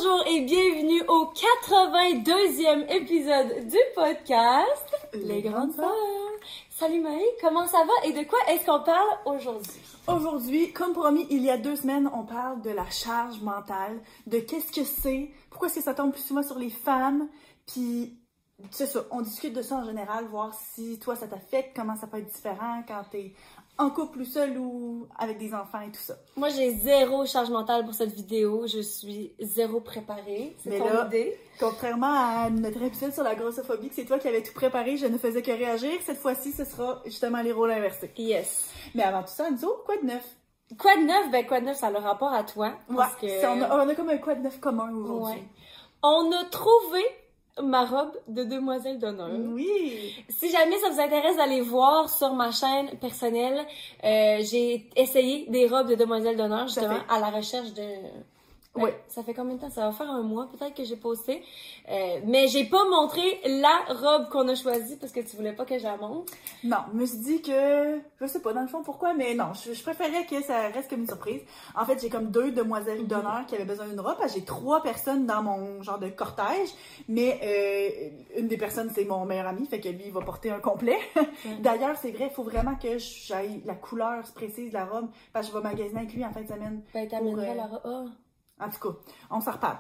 Bonjour et bienvenue au 82e épisode du podcast Les Grandes Sœurs. Salut Marie, comment ça va et de quoi est-ce qu'on parle aujourd'hui? Aujourd'hui, comme promis, il y a 2 semaines, on parle de la charge mentale, de qu'est-ce que c'est, pourquoi est-ce que ça tombe plus souvent sur les femmes, puis c'est ça, on discute de ça en général, voir si toi ça t'affecte, comment ça peut être différent quand t'es en couple ou seul ou avec des enfants et tout ça. Moi, j'ai zéro charge mentale pour cette vidéo. Je suis zéro préparée. C'est ton idée. Contrairement à notre épisode sur la grossophobie, que c'est toi qui avais tout préparé, je ne faisais que réagir. Cette fois-ci, ce sera justement les rôles inversés. Yes. Mais avant tout ça, Enzo, quoi de neuf? Quoi de neuf? Ben, quoi de neuf, ça a le rapport à toi. Parce que... on a comme un quoi de neuf commun aujourd'hui. Ouais. On a trouvé ma robe de demoiselle d'honneur. Oui! Si jamais ça vous intéresse d'aller voir sur ma chaîne personnelle, j'ai essayé des robes de demoiselle d'honneur, justement, à la recherche de... Oui. Ça fait combien de temps? Ça va faire un mois peut-être que j'ai posté. Mais j'ai pas montré la robe qu'on a choisie parce que tu voulais pas que je la montre. Non, je me suis dit que... Je sais pas dans le fond pourquoi, mais non, je préférais que ça reste comme une surprise. En fait, j'ai comme 2 demoiselles d'honneur qui avaient besoin d'une robe. J'ai 3 personnes dans mon genre de cortège, mais une des personnes, c'est mon meilleur ami, fait que lui, il va porter un complet. D'ailleurs, c'est vrai, il faut vraiment que j'aille la couleur précise de la robe, parce que je vais magasiner avec lui en fin de semaine. Ben, t'amènerais la robe. Oh. En tout cas, on s'en reparle.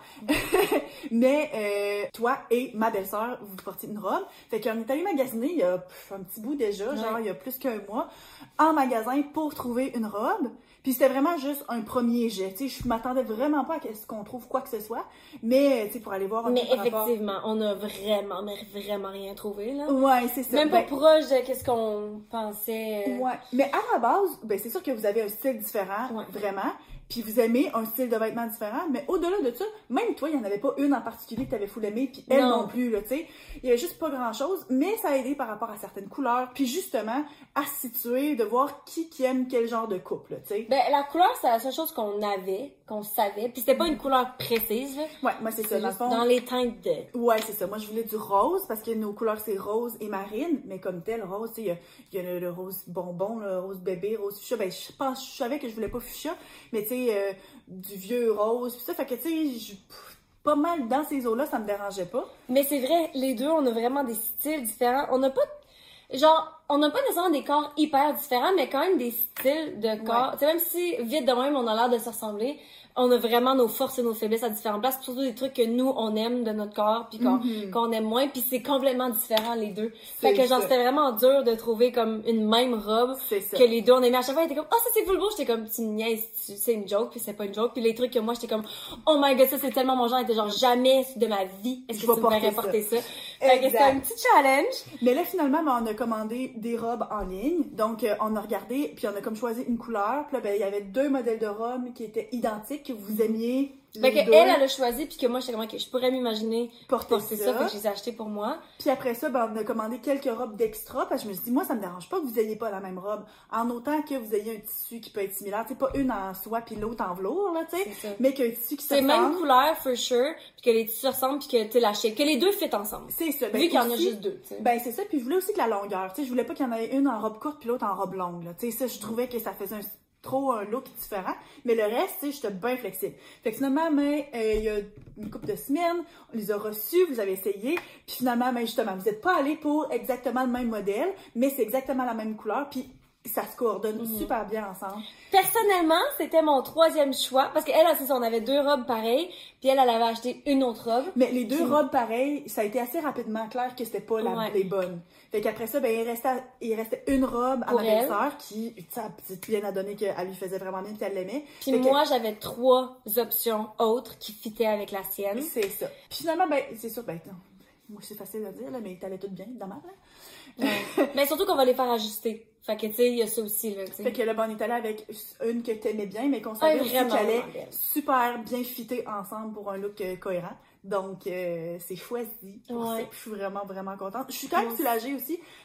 Mais toi et ma belle-sœur, vous portiez une robe. Fait qu'on est allé magasiner il y a un petit bout déjà, genre il y a plus qu'un mois, en magasin pour trouver une robe. Puis c'était vraiment juste un premier jet. Tu sais, je m'attendais vraiment pas à ce qu'on trouve quoi que ce soit. Mais, tu sais, pour aller voir un peu par effectivement, on a vraiment rien trouvé, là. Ouais, c'est ça. Même pas proche de qu'est-ce qu'on pensait. Ouais. Mais à la base, ben c'est sûr que vous avez un style différent, vraiment. Puis vous aimez un style de vêtements différent, mais au-delà de ça, même toi, il n'y en avait pas une en particulier que tu avais full aimée, puis elle non plus, là, tu sais. Il y avait juste pas grand-chose, mais ça a aidé par rapport à certaines couleurs, puis justement, à se situer, de voir qui aime quel genre de couple, tu sais. Ben, la couleur, c'est la seule chose qu'on avait, qu'on savait, puis c'était pas une couleur précise, là. Ouais, moi, c'est ça, dans le fond. Dans les teintes de... Ouais, c'est ça. Moi, je voulais du rose, parce que nos couleurs, c'est rose et marine, mais comme tel, rose, tu sais, il y a le rose bonbon, le rose bébé, rose fuchsia. Ben, je savais que je voulais pas fuchsia, mais tu sais, du vieux rose, pis ça, fait que tu sais, pas mal dans ces eaux-là, ça me dérangeait pas. Mais c'est vrai, les deux, on a vraiment des styles différents. On n'a pas nécessairement des corps hyper différents, mais quand même des styles de corps. Tu sais, même si vite de même, on a l'air de se ressembler, on a vraiment nos forces et nos faiblesses à différentes places, surtout des trucs que nous, on aime de notre corps, puis qu'on aime moins, puis c'est complètement différent, les deux. Fait que genre, c'était vraiment dur de trouver comme une même robe que les deux, on aimait. À chaque fois, on était comme, oh, ça c'est full beau, j'étais comme, tu me niaises, c'est une joke, puis c'est pas une joke, puis les trucs que moi, j'étais comme, oh my god, ça c'est tellement mon genre, était genre, jamais de ma vie, est-ce que tu me verrais porter ça? Fait que c'était un petit challenge. Mais là, finalement, on a commandé des robes en ligne, donc on a regardé, puis on a comme choisi une couleur, puis là, ben, il y avait 2 modèles de robes qui étaient identiques, que vous aimiez. Fait que elle a choisi, puis que moi, j'étais comme, ok, je pourrais m'imaginer porter ça, fait que je les ai achetés pour moi. Puis après ça, ben, on a commandé quelques robes d'extra, parce que je me suis dit, moi, ça me dérange pas que vous ayez pas la même robe, en autant que vous ayez un tissu qui peut être similaire, c'est pas une en soie puis l'autre en velours, là, tu sais, mais qu'un tissu qui se ressemble. C'est même couleur, for sure, puis que les tissus ressemblent, puis que tu la shape, que les deux fit ensemble. C'est ça. Ben, vu qu'il y en a juste 2, tu sais. Ben, c'est ça, puis je voulais aussi que la longueur, tu sais, je voulais pas qu'il y en ait une en robe courte puis l'autre en robe longue, là, tu sais, ça, je trouvais que ça faisait trop un look différent, mais le reste, tu sais, j'étais bien flexible. Fait que finalement, il y a une couple de semaines, on les a reçus, vous avez essayé, puis finalement, justement, vous n'êtes pas allés pour exactement le même modèle, mais c'est exactement la même couleur, puis ça se coordonne super bien ensemble. Personnellement, c'était mon 3e choix, parce qu'elle, c'est ça, on avait 2 robes pareilles, puis elle avait acheté une autre robe. Mais les 2 robes pareilles, ça a été assez rapidement clair que c'était pas les bonnes. Fait qu'après ça, ben, il restait une robe à ma belle-sœur qui, ça a bien à donner qu'elle lui faisait vraiment bien puis elle l'aimait. Puis moi, j'avais 3 options autres qui fitaient avec la sienne. C'est ça. Puis finalement, ben, c'est sûr, ben, non, moi, c'est facile à dire, là, mais t'allais tout bien, évidemment, là. Mais surtout qu'on va les faire ajuster. Fait que, tu sais, il y a ça aussi, là, tu sais. Fait que là, ben, on est allé avec une que t'aimais bien, mais qu'on savait aussi qu'elle allait super bien fitter ensemble pour un look cohérent. Donc, c'est choisi pour ça. Je suis vraiment, vraiment contente. Je suis quand même soulagée aussi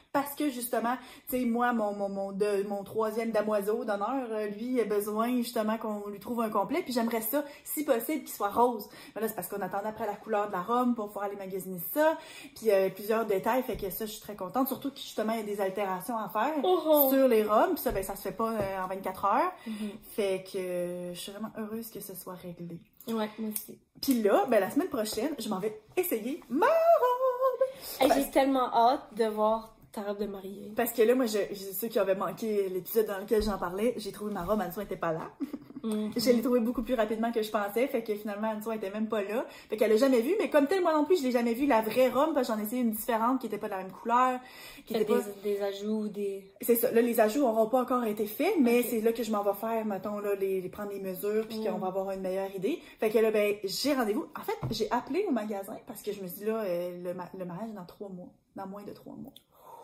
parce que justement, tu sais, moi, mon troisième damoiseau d'honneur, lui, il a besoin justement qu'on lui trouve un complet, puis j'aimerais ça, si possible, qu'il soit rose. Mais là, c'est parce qu'on attendait après la couleur de la robe pour pouvoir aller magasiner ça, puis plusieurs détails, fait que ça, je suis très contente, surtout que justement, il y a des altérations à faire sur les robes, puis ça, ben, ça se fait pas en 24 heures, fait que je suis vraiment heureuse que ce soit réglé. Ouais, moi aussi. Puis là, ben, la semaine prochaine, je m'en vais essayer ma robe! Hey, j'ai tellement hâte de voir ta robe de mariée. Parce que là, moi, ceux qui avaient manqué l'épisode dans lequel j'en parlais, j'ai trouvé ma robe, Anne-Soin était pas là. Je l'ai trouvée beaucoup plus rapidement que je pensais, fait que finalement, Anne-Soin était même pas là. Fait qu'elle l'a jamais vue, mais comme tel, moi non plus, je l'ai jamais vue, la vraie robe, parce que j'en ai essayé une différente qui était pas de la même couleur, qui était pas... des ajouts, des... C'est ça, là, les ajouts n'auront pas encore été faits, mais c'est là que je m'en vais faire, mettons, là, prendre les mesures, puis qu'on va avoir une meilleure idée. Fait que là, ben, j'ai rendez-vous. En fait, j'ai appelé au magasin, parce que je me dis, là, le mariage est dans 3 mois, dans moins de 3 mois.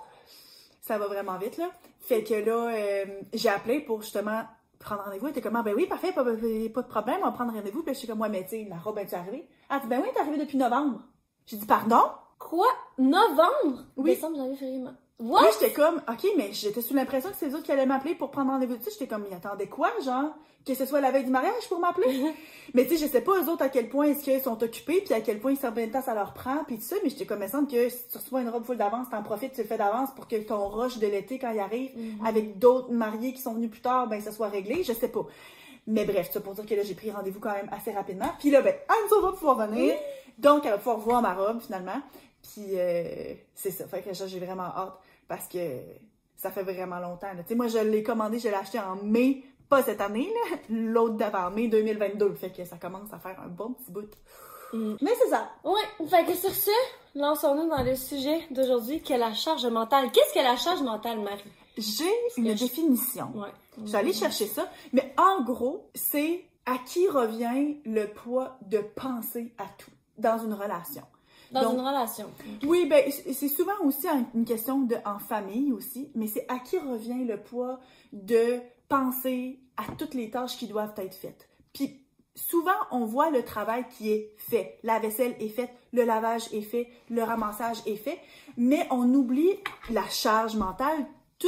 Ça va vraiment vite, là. Fait que là, j'ai appelé pour justement prendre rendez-vous. Elle était comme, ah, ben oui, parfait, pas de problème, on va prendre rendez-vous. Puis là, je suis comme, ouais, mais tu sais, ma robe, est-tu arrivée? Elle dit, ben oui, elle est arrivée depuis novembre. J'ai dit, pardon? Quoi? Novembre? Oui. Décembre, janvier, février, mars. What? Là, j'étais comme, ok, mais j'étais sous l'impression que c'est les autres qui allaient m'appeler pour prendre rendez-vous. Tu sais, j'étais comme, ils attendaient quoi, genre? Que ce soit la veille du mariage pour m'appeler? Mais tu sais, je sais pas eux autres à quel point est-ce qu'ils sont occupés, puis à quel point ils savent bien de temps ça leur prend, puis tout ça, mais j'étais comme, il me semble que si tu reçois une robe full d'avance, t'en profites, tu le fais d'avance pour que ton rush de l'été, quand il arrive, avec d'autres mariés qui sont venus plus tard, ben ça soit réglé, je sais pas. Mais bref, ça pour dire que là, j'ai pris rendez-vous quand même assez rapidement. Puis là, ben, Anne va pouvoir venir, donc elle va pouvoir voir ma robe, finalement. Puis c'est ça, fait que j'ai vraiment hâte, parce que ça fait vraiment longtemps. Tu sais, moi, je l'ai commandé, je l'ai acheté en mai, pas cette année, là, l'autre d'avant, mai 2022. Fait que ça commence à faire un bon petit bout. Mais c'est ça. Ouais, fait que sur ce, lançons-nous dans le sujet d'aujourd'hui, qui est la charge mentale. Qu'est-ce que la charge mentale, Marie? J'ai une définition. Ouais. Je suis allée chercher ça, mais en gros, c'est à qui revient le poids de penser à tout dans une relation. Dans une relation. Oui, ben c'est souvent aussi une question en famille aussi, mais c'est à qui revient le poids de penser à toutes les tâches qui doivent être faites. Puis souvent, on voit le travail qui est fait. La vaisselle est faite, le lavage est fait, le ramassage est fait, mais on oublie la charge mentale, tout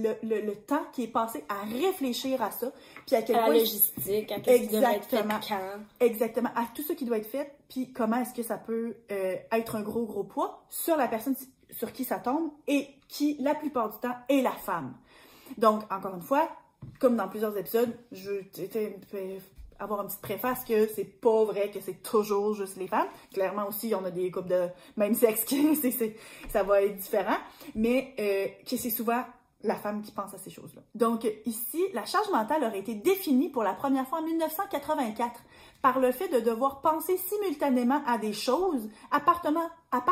le temps qui est passé à réfléchir à ça, puis à quel point... la logistique, à qu'est-ce qui devrait être fait quand. Exactement, à tout ce qui doit être fait, puis comment est-ce que ça peut être un gros poids sur la personne sur qui ça tombe, et qui, la plupart du temps, est la femme. Donc, encore une fois, comme dans plusieurs épisodes, je veux avoir une petite préface que c'est pas vrai que c'est toujours juste les femmes. Clairement aussi, il y en a des couples de même sexe qui ça va être différent, mais que c'est souvent la femme qui pense à ces choses-là. Donc ici, la charge mentale aurait été définie pour la première fois en 1984 par le fait de devoir penser simultanément à des choses appartenant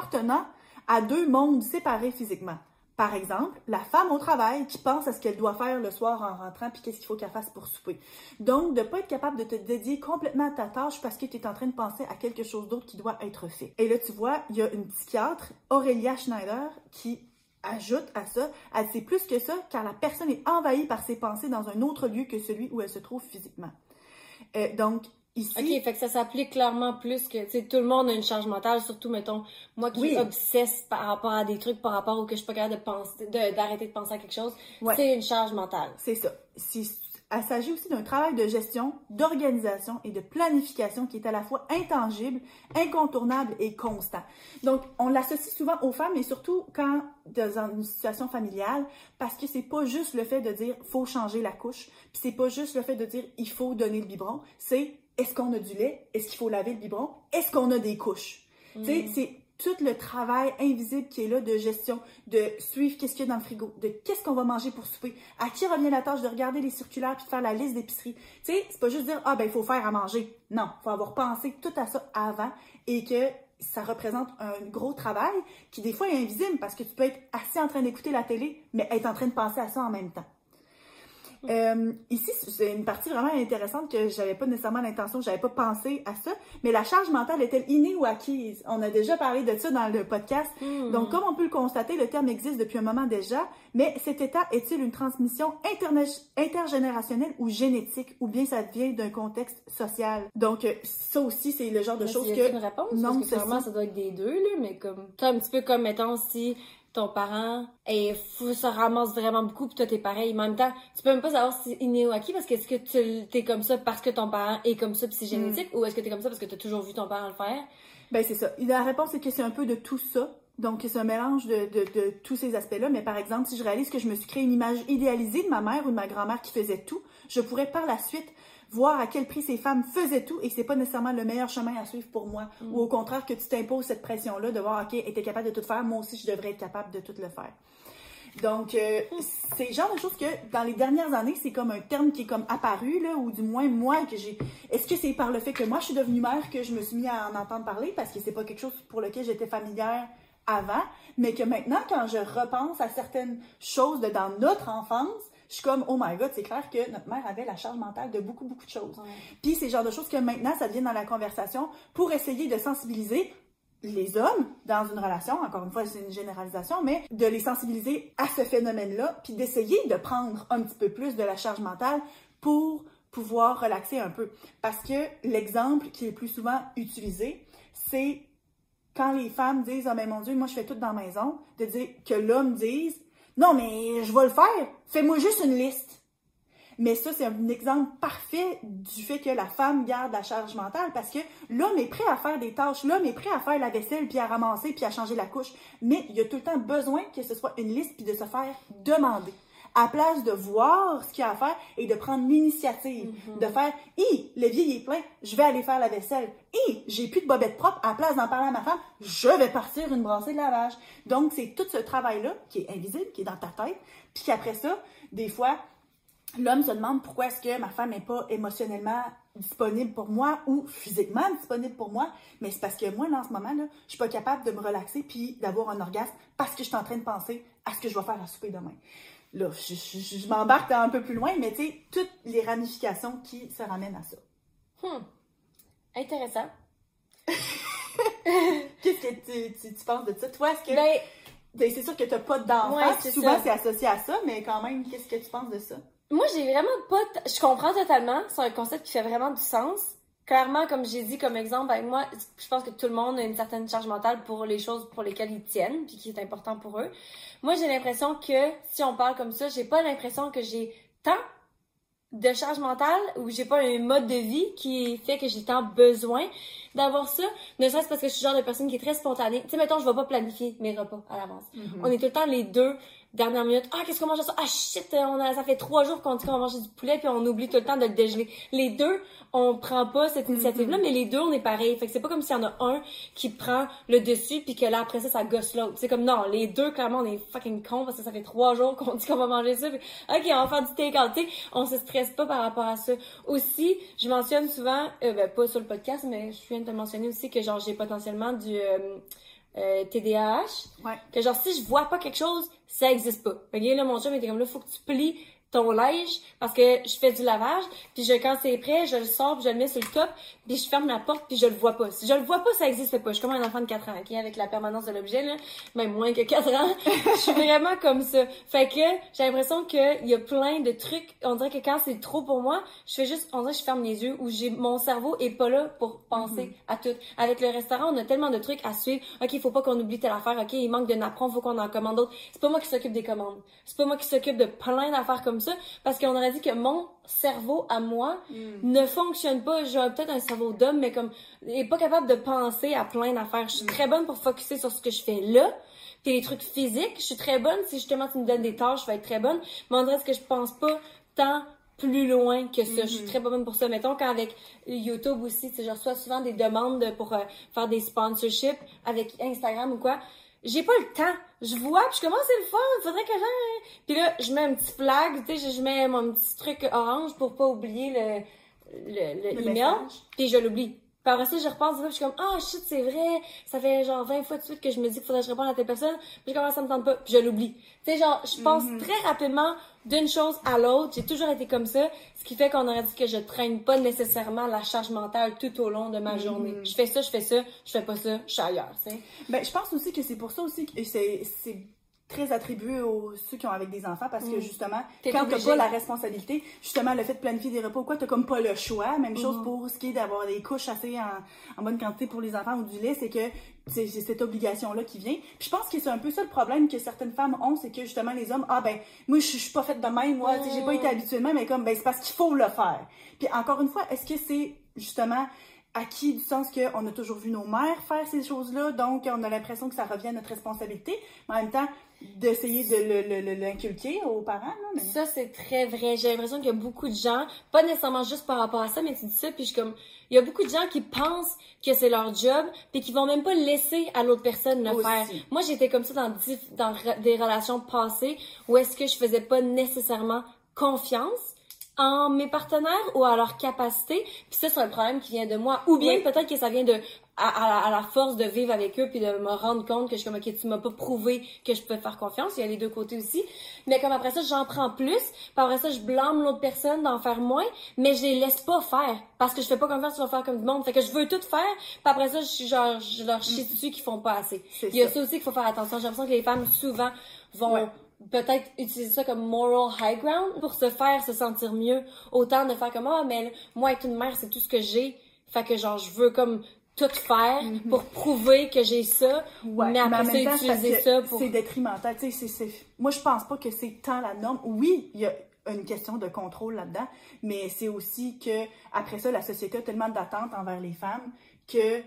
à 2 mondes séparés physiquement. Par exemple, la femme au travail qui pense à ce qu'elle doit faire le soir en rentrant puis qu'est-ce qu'il faut qu'elle fasse pour souper. Donc, de ne pas être capable de te dédier complètement à ta tâche parce que tu es en train de penser à quelque chose d'autre qui doit être fait. Et là, tu vois, il y a une psychiatre, Aurélia Schneider, qui ajoute à ça, elle dit c'est plus que ça car la personne est envahie par ses pensées dans un autre lieu que celui où elle se trouve physiquement. Donc, ici... OK, fait que ça s'applique clairement plus que, tu sais, tout le monde a une charge mentale, surtout, mettons, moi qui obsesse par rapport à des trucs, par rapport au que je suis pas capable de penser, d'arrêter de penser à quelque chose, c'est une charge mentale. C'est ça. Il s'agit aussi d'un travail de gestion, d'organisation et de planification qui est à la fois intangible, incontournable et constant. Donc, on l'associe souvent aux femmes, et surtout quand dans une situation familiale, parce que c'est pas juste le fait de dire « faut changer la couche », puis c'est pas juste le fait de dire « il faut donner le biberon », c'est « est-ce qu'on a du lait? Est-ce qu'il faut laver le biberon? Est-ce qu'on a des couches? » Tu sais, c'est tout le travail invisible qui est là de gestion, de suivre qu'est-ce qu'il y a dans le frigo, de qu'est-ce qu'on va manger pour souper, à qui revient la tâche de regarder les circulaires puis de faire la liste d'épicerie. Tu sais, c'est pas juste dire « ah ben il faut faire à manger ». Non, il faut avoir pensé tout à ça avant et que ça représente un gros travail qui des fois est invisible parce que tu peux être assis en train d'écouter la télé mais être en train de penser à ça en même temps. Ici, c'est une partie vraiment intéressante que j'avais pas nécessairement l'intention, j'avais pas pensé à ça, mais la charge mentale est-elle innée ou acquise? On a déjà parlé de ça dans le podcast. Donc, comme on peut le constater, le terme existe depuis un moment déjà, mais cet état est-il une transmission intergénérationnelle ou génétique, ou bien ça vient d'un contexte social? Donc, ça aussi, c'est le genre de choses que... une réponse? Non, parce que clairement, ça doit être des deux, là, mais comme... un petit peu comme, mettons, si... ton parent se ramasse vraiment beaucoup pis toi t'es pareil. Mais en même temps, tu peux même pas savoir si c'est inné ou acquis parce que est-ce que t'es comme ça parce que ton parent est comme ça pis c'est génétique ou est-ce que t'es comme ça parce que t'as toujours vu ton parent le faire? Ben, c'est ça. La réponse, c'est que c'est un peu de tout ça. Donc, c'est un mélange de tous ces aspects-là. Mais par exemple, si je réalise que je me suis créé une image idéalisée de ma mère ou de ma grand-mère qui faisait tout, je pourrais par la suite voir à quel prix ces femmes faisaient tout et que c'est pas nécessairement le meilleur chemin à suivre pour moi. Ou au contraire, que tu t'imposes cette pression-là de voir, OK, elle était capable de tout faire, moi aussi, je devrais être capable de tout le faire. Donc, c'est le genre de choses que, dans les dernières années, c'est comme un terme qui est comme apparu, là, ou du moins, moi, que j'ai... Est-ce que c'est par le fait que moi, je suis devenue mère que je me suis mis à en entendre parler, parce que c'est pas quelque chose pour lequel j'étais familière avant, mais que maintenant, quand je repense à certaines choses dans notre enfance, je suis comme, oh my god, c'est clair que notre mère avait la charge mentale de beaucoup, beaucoup de choses. Ouais. Puis, c'est le genre de choses que maintenant, ça devient dans la conversation pour essayer de sensibiliser les hommes dans une relation, encore une fois, c'est une généralisation, mais de les sensibiliser à ce phénomène-là, puis d'essayer de prendre un petit peu plus de la charge mentale pour pouvoir relaxer un peu. Parce que l'exemple qui est le plus souvent utilisé, c'est quand les femmes disent « Ah, mais mon Dieu, moi, je fais tout dans la maison », de dire que l'homme dise « Non, mais je vais le faire, fais-moi juste une liste ». Mais ça, c'est un exemple parfait du fait que la femme garde la charge mentale parce que l'homme est prêt à faire des tâches, l'homme est prêt à faire la vaisselle, puis à ramasser, puis à changer la couche. Mais il y a tout le temps besoin que ce soit une liste, puis de se faire demander. À place de voir ce qu'il y a à faire et de prendre l'initiative, de faire « Hi, l'évier il est plein, je vais aller faire la vaisselle. Hi, j'ai plus de bobettes propres, à la place d'en parler à ma femme, je vais partir une brassée de lavage. » Donc, c'est tout ce travail-là qui est invisible, qui est dans ta tête, puis qu'après ça, des fois, l'homme se demande pourquoi est-ce que ma femme n'est pas émotionnellement disponible pour moi ou physiquement disponible pour moi, mais c'est parce que moi, là, en ce moment, là, je suis pas capable de me relaxer puis d'avoir un orgasme parce que je suis en train de penser à ce que je vais faire à souper demain. Là, je m'embarque un peu plus loin, mais tu sais, toutes les ramifications qui se ramènent à ça. Intéressant. Qu'est-ce que tu penses de ça? Toi, est-ce que... c'est sûr que tu n'as pas d'enfant, ouais, souvent c'est associé à ça, mais quand même, qu'est-ce que tu penses de ça? Moi, j'ai vraiment pas... Je comprends totalement. C'est un concept qui fait vraiment du sens. Clairement, comme j'ai dit comme exemple, avec moi, je pense que tout le monde a une certaine charge mentale pour les choses pour lesquelles ils tiennent, puis qui est important pour eux. Moi, j'ai l'impression que, si on parle comme ça, j'ai pas l'impression que j'ai tant de charge mentale ou j'ai pas un mode de vie qui fait que j'ai tant besoin d'avoir ça, ne serait-ce parce que je suis le genre de personne qui est très spontanée. Tu sais, mettons, je vais pas planifier mes repas à l'avance. On est tout le temps les deux dernière minute. Ah, qu'est-ce qu'on mange ça? Ah, shit, ça fait 3 jours qu'on dit qu'on va manger du poulet puis on oublie tout le temps de le dégeler. Les deux, on prend pas cette initiative-là, mais les deux, on est pareil. Fait que c'est pas comme s'il y en a un qui prend le dessus puis que là, après ça gosse l'autre. C'est comme, non, les deux, clairement, on est fucking cons parce que ça fait 3 jours qu'on dit qu'on va manger ça. Puis, OK, on va faire du take-out. Tu sais, on se stresse pas par rapport à ça. Aussi, je mentionne souvent, pas sur le podcast, mais je viens de te mentionner aussi que genre, j'ai potentiellement du... TDAH, que genre si je vois pas quelque chose, ça existe pas. Fait que là mon chum était comme là, faut que tu plies ton linge parce que je fais du lavage, puis quand c'est prêt, je le sors, puis je le mets sur le top, puis je ferme la porte, puis je le vois pas. Si je le vois pas, ça existe pas. Je suis comme un enfant de 4 ans, OK, avec la permanence de l'objet là, même moins que 4 ans. Je suis vraiment comme ça. Fait que j'ai l'impression que il y a plein de trucs, on dirait que quand c'est trop pour moi, je fais juste, on dirait que je ferme les yeux ou mon cerveau est pas là pour penser à tout. Avec le restaurant, on a tellement de trucs à suivre. OK, faut pas qu'on oublie telle affaire. OK, il manque de napperons, faut qu'on en commande d'autres. C'est pas moi qui s'occupe des commandes. C'est pas moi qui s'occupe de plein d'affaires comme ça parce qu'on aurait dit que mon cerveau à moi ne fonctionne pas. J'ai peut-être un cerveau d'homme, mais comme est pas capable de penser à plein d'affaires. Je suis très bonne pour focusser sur ce que je fais là. Puis les trucs physiques, je suis très bonne. Si justement tu me donnes des tâches, je vais être très bonne. Mais on dirait que je pense pas tant plus loin que ça. Je suis très bonne pour ça. Mettons qu'avec YouTube aussi, je reçois souvent des demandes pour faire des sponsorships avec Instagram ou quoi. J'ai pas le temps. Je vois, puis je commence, c'est le fun, il faudrait que j'aille. Puis là, je mets un petit flag, tu sais, je mets mon petit truc orange pour pas oublier le email, puis je l'oublie. Puis après ça, je repense, puis je suis comme, ah, shit, c'est vrai, ça fait genre 20 fois de suite que je me dis qu'il faudrait que je réponde à telle personne, puis je commence à me tente pas, puis je l'oublie. Tu sais, genre, je pense très rapidement d'une chose à l'autre, j'ai toujours été comme ça, ce qui fait qu'on aurait dit que je traîne pas nécessairement la charge mentale tout au long de ma journée. Je fais ça, je fais pas ça, je suis ailleurs, tu sais. Ben, je pense aussi que c'est pour ça aussi que c'est très attribué aux ceux qui ont avec des enfants parce que justement, T'es quand t'as obligé. pas la responsabilité, justement, le fait de planifier des repas ou quoi, t'as comme pas le choix. Même chose pour ce qui est d'avoir des couches assez en bonne quantité pour les enfants ou du lait, c'est que c'est cette obligation-là qui vient. Puis je pense que c'est un peu ça le problème que certaines femmes ont, c'est que justement les hommes, moi je suis pas faite de même, moi, tu sais, j'ai pas été habituellement, mais comme, c'est parce qu'il faut le faire. Puis encore une fois, est-ce que c'est justement acquis du sens qu'on a toujours vu nos mères faire ces choses-là, donc on a l'impression que ça revient à notre responsabilité, mais en même temps, d'essayer de l'inculquer aux parents, là, mais... Ça, c'est très vrai. J'ai l'impression qu'il y a beaucoup de gens, pas nécessairement juste par rapport à ça, mais tu dis ça, puis je suis comme, il y a beaucoup de gens qui pensent que c'est leur job, puis qui vont même pas laisser à l'autre personne le faire. Moi, j'étais comme ça dans des relations passées, où est-ce que je faisais pas nécessairement confiance en mes partenaires ou à leur capacité, puis ça, c'est un problème qui vient de moi. Ou bien, peut-être que ça vient de à la force de vivre avec eux puis de me rendre compte que je suis comme, ok, tu m'as pas prouvé que je peux te faire confiance. Il y a les deux côtés aussi. Mais comme après ça, j'en prends plus. Puis après ça, je blâme l'autre personne d'en faire moins, mais je les laisse pas faire. Parce que je fais pas confiance, ils vont faire comme du monde. Fait que je veux tout faire. Puis après ça, je suis genre, je leur chie dessus qu'ils font pas assez. Il y a ça aussi qu'il faut faire attention. J'ai l'impression que les femmes, souvent, vont peut-être utiliser ça comme moral high ground pour se faire se sentir mieux. Autant de faire comme, mais moi, être une mère, c'est tout ce que j'ai. Fait que genre, je veux comme tout faire pour prouver que j'ai ça, mais après ça, utiliser ça pour... C'est détrimental, tu sais, moi, je pense pas que c'est tant la norme. Oui, il y a une question de contrôle là-dedans, mais c'est aussi que après ça, la société a tellement d'attentes envers les femmes que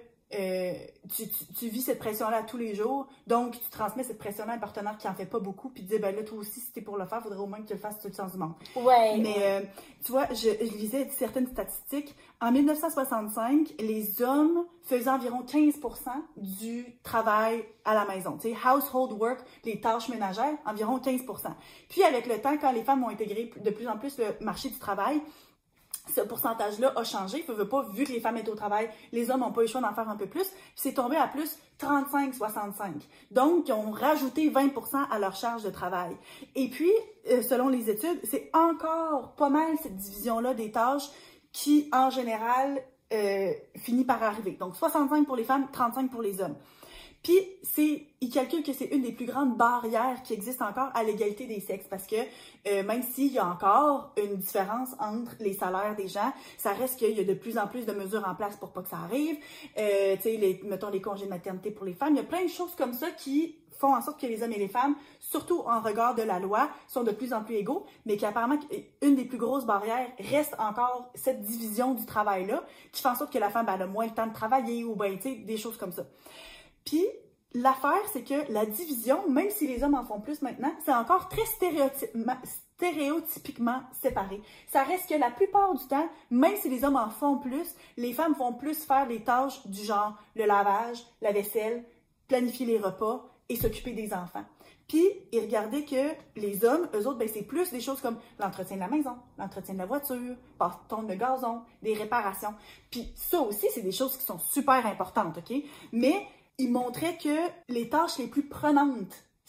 tu vis cette pression-là tous les jours, donc tu transmets cette pression-là à un partenaire qui en fait pas beaucoup, puis tu dis, là, toi aussi, si t'es pour le faire, faudrait au moins que tu le fasses tout le sens du monde. Mais tu vois, je lisais certaines statistiques. En 1965, les hommes faisaient environ 15% du travail à la maison. Tu sais, household work, les tâches ménagères, environ 15%. Puis avec le temps, quand les femmes ont intégré de plus en plus le marché du travail, ce pourcentage-là a changé. Veut pas, vu que les femmes étaient au travail, les hommes n'ont pas eu le choix d'en faire un peu plus. Puis c'est tombé à plus 35-65. Donc, ils ont rajouté 20% à leur charge de travail. Et puis, selon les études, c'est encore pas mal cette division-là des tâches qui, en général, finit par arriver. Donc, 65 pour les femmes, 35 pour les hommes. Puis, ils calculent que c'est une des plus grandes barrières qui existent encore à l'égalité des sexes parce que même s'il y a encore une différence entre les salaires des gens, ça reste qu'il y a de plus en plus de mesures en place pour pas que ça arrive. Tu sais, mettons les congés de maternité pour les femmes. Il y a plein de choses comme ça qui font en sorte que les hommes et les femmes, surtout en regard de la loi, sont de plus en plus égaux, mais qu'apparemment, une des plus grosses barrières reste encore cette division du travail-là, qui fait en sorte que la femme, elle a moins le temps de travailler ou ben, tu sais, des choses comme ça. Puis, l'affaire, c'est que la division, même si les hommes en font plus maintenant, c'est encore très stéréotypiquement séparé. Ça reste que la plupart du temps, même si les hommes en font plus, les femmes vont plus faire des tâches du genre le lavage, la vaisselle, planifier les repas et s'occuper des enfants. Puis, et regardez que les hommes, eux autres, ben, c'est plus des choses comme l'entretien de la maison, l'entretien de la voiture, tondre le gazon, des réparations. Puis ça aussi, c'est des choses qui sont super importantes, OK? Mais il montrait que les tâches les plus prenantes,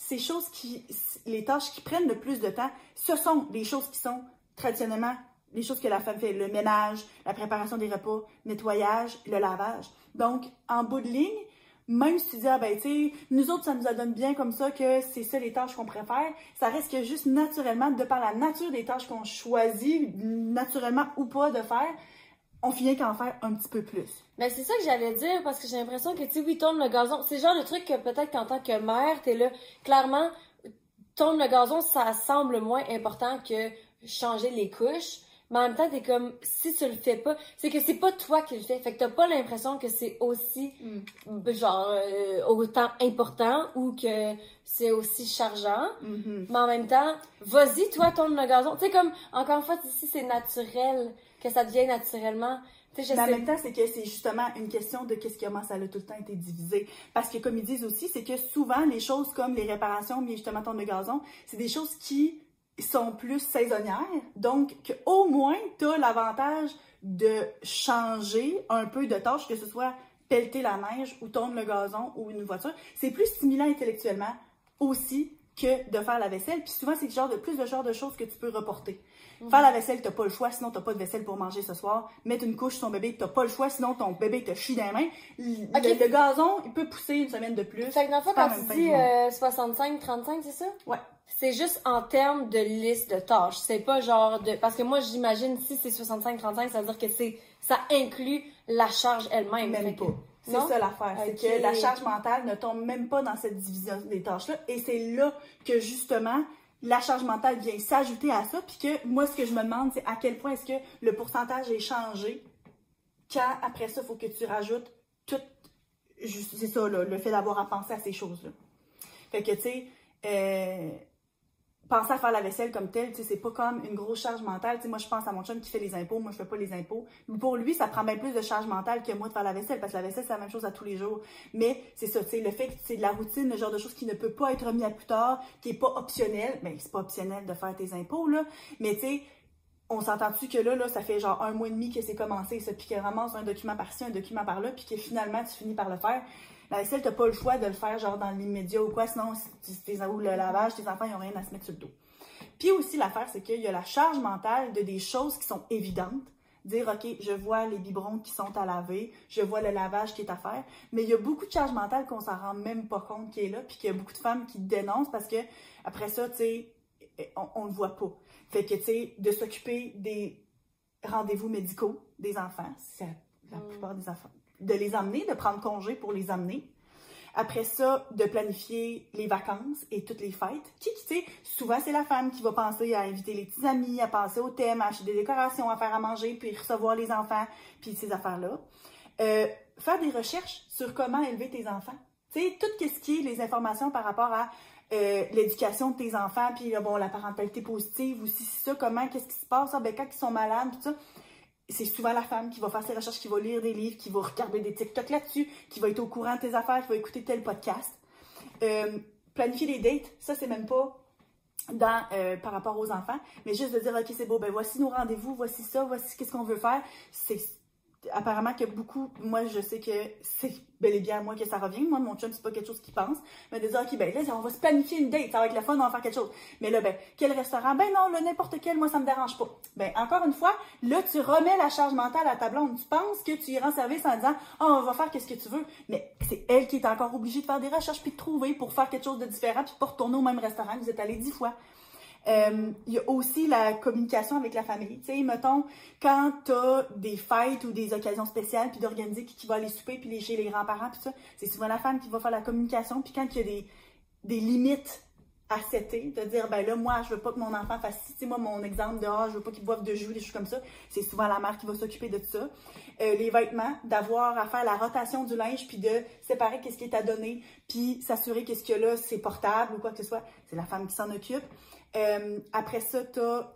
les tâches qui prennent le plus de temps, ce sont les choses qui sont traditionnellement les choses que la femme fait, le ménage, la préparation des repas, nettoyage, le lavage. Donc, en bout de ligne, même si tu dis, tu sais, nous autres, ça nous donne bien comme ça que c'est ça les tâches qu'on préfère, ça reste que juste naturellement, de par la nature des tâches qu'on choisit, naturellement ou pas de faire, on finit qu'à en faire un petit peu plus. Ben, c'est ça que j'allais dire, parce que j'ai l'impression que, tu sais, oui, tourne le gazon. C'est le genre de truc que peut-être qu'en tant que mère, t'es là, clairement, tourne le gazon, ça semble moins important que changer les couches. Mais en même temps, t'es comme, si tu le fais pas, c'est que c'est pas toi qui le fais. Fait que t'as pas l'impression que c'est aussi, autant important ou que c'est aussi chargeant. Mais en même temps, vas-y, toi, tourne le gazon. Tu sais, comme, encore une fois, si c'est naturel, que ça devient naturellement. Mais en même temps, c'est que c'est justement une question de qu'est-ce comment ça a tout le temps été divisé. Parce que comme ils disent aussi, c'est que souvent, les choses comme les réparations, mais justement, tourne le gazon, c'est des choses qui sont plus saisonnières, donc qu'au moins, tu as l'avantage de changer un peu de tâches, que ce soit pelleter la neige ou tondre le gazon ou une voiture. C'est plus stimulant intellectuellement aussi que de faire la vaisselle. Puis souvent, c'est plus de genre de choses que tu peux reporter. Faire la vaisselle, t'as pas le choix, sinon t'as pas de vaisselle pour manger ce soir. Mettre une couche sur ton bébé, t'as pas le choix, sinon ton bébé te chie dans les mains. Le gazon, il peut pousser une semaine de plus. Fait que dans le fond, quand tu dis 65-35, c'est ça? Ouais. C'est juste en termes de liste de tâches. C'est pas genre de... Parce que moi, j'imagine, si c'est 65-35, ça veut dire que ça inclut la charge elle-même. Même pas. C'est ça l'affaire. C'est que la charge mentale ne tombe même pas dans cette division des tâches-là. Et c'est là que, justement, la charge mentale vient s'ajouter à ça. Puis que moi, ce que je me demande, c'est à quel point est-ce que le pourcentage est changé quand, après ça, il faut que tu rajoutes tout... C'est ça, là, le fait d'avoir à penser à ces choses-là. Fait que, tu sais... penser à faire la vaisselle comme telle, tu sais, c'est pas comme une grosse charge mentale. Tu sais, moi, je pense à mon chum qui fait les impôts, moi, je fais pas les impôts. Pour lui, ça prend bien plus de charge mentale que moi de faire la vaisselle, parce que la vaisselle, c'est la même chose à tous les jours. Mais c'est ça, tu sais, le fait que c'est de la routine, le genre de choses qui ne peut pas être remis à plus tard, qui est pas optionnel. Ben, c'est pas optionnel de faire tes impôts, là. Mais, tu sais, on s'entend-tu que là, ça fait genre 1 mois et demi que c'est commencé, ça, puis qu'elle ramasse un document par-ci, un document par-là, puis que finalement, tu finis par le faire. La vaisselle, t'as pas le choix de le faire, genre, dans l'immédiat ou quoi, sinon, ou le lavage, tes enfants, ils ont rien à se mettre sur le dos. Puis aussi, l'affaire, c'est qu'il y a la charge mentale de des choses qui sont évidentes. Dire, OK, je vois les biberons qui sont à laver, je vois le lavage qui est à faire, mais il y a beaucoup de charge mentale qu'on s'en rend même pas compte qui est là, puis qu'il y a beaucoup de femmes qui dénoncent parce que, après ça, tu sais, on le voit pas. Fait que, tu sais, de s'occuper des rendez-vous médicaux des enfants, c'est la plupart des enfants, de les emmener, de prendre congé pour les emmener. Après ça, de planifier les vacances et toutes les fêtes. Qui tu sais, souvent c'est la femme qui va penser à inviter les petits amis, à penser au thème, à acheter des décorations, à faire à manger, puis recevoir les enfants, puis ces affaires-là. Faire des recherches sur comment élever tes enfants. Tu sais, tout ce qui est les informations par rapport à l'éducation de tes enfants, puis bon, la parentalité positive, ou si c'est ça, comment, qu'est-ce qui se passe, ben, quand ils sont malades, tout ça. C'est souvent la femme qui va faire ses recherches, qui va lire des livres, qui va regarder des TikTok là-dessus, qui va être au courant de tes affaires, qui va écouter tel podcast. Planifier des dates, ça, c'est même pas par rapport aux enfants, mais juste de dire, OK, c'est beau, ben voici nos rendez-vous, voici ça, voici qu'est-ce qu'on veut faire. C'est apparemment que beaucoup, moi, je sais que c'est bel et bien à moi que ça revient. Moi, mon chum, c'est pas quelque chose qu'il pense. Mais de dire, OK, ben là, on va se planifier une date, ça va être le fun, on va faire quelque chose. Mais là, ben, quel restaurant? Ben non, là, n'importe quel, moi, ça me dérange pas. Ben, encore une fois, là, tu remets la charge mentale à ta blonde. Tu penses que tu y rends service en disant, oh, on va faire qu'est-ce que tu veux. Mais c'est elle qui est encore obligée de faire des recherches puis de trouver pour faire quelque chose de différent puis pas retourner au même restaurant que vous êtes allé 10 fois. Il y a aussi la communication avec la famille. Tu sais, mettons, quand t'as des fêtes ou des occasions spéciales, puis d'organiser qui va aller souper, puis chez les grands-parents, puis ça, c'est souvent la femme qui va faire la communication. Puis quand il y a des limites à setter, de dire, ben là, moi, je veux pas que mon enfant fasse ci. Tu sais, moi, mon exemple de, je veux pas qu'il boive de jus, des choses comme ça, c'est souvent la mère qui va s'occuper de ça. Les vêtements, d'avoir à faire la rotation du linge, puis de séparer qu'est-ce qui est à donner, puis s'assurer qu'est-ce qu'il y a là, c'est portable ou quoi que ce soit. C'est la femme qui s'en occupe. Après ça, tu as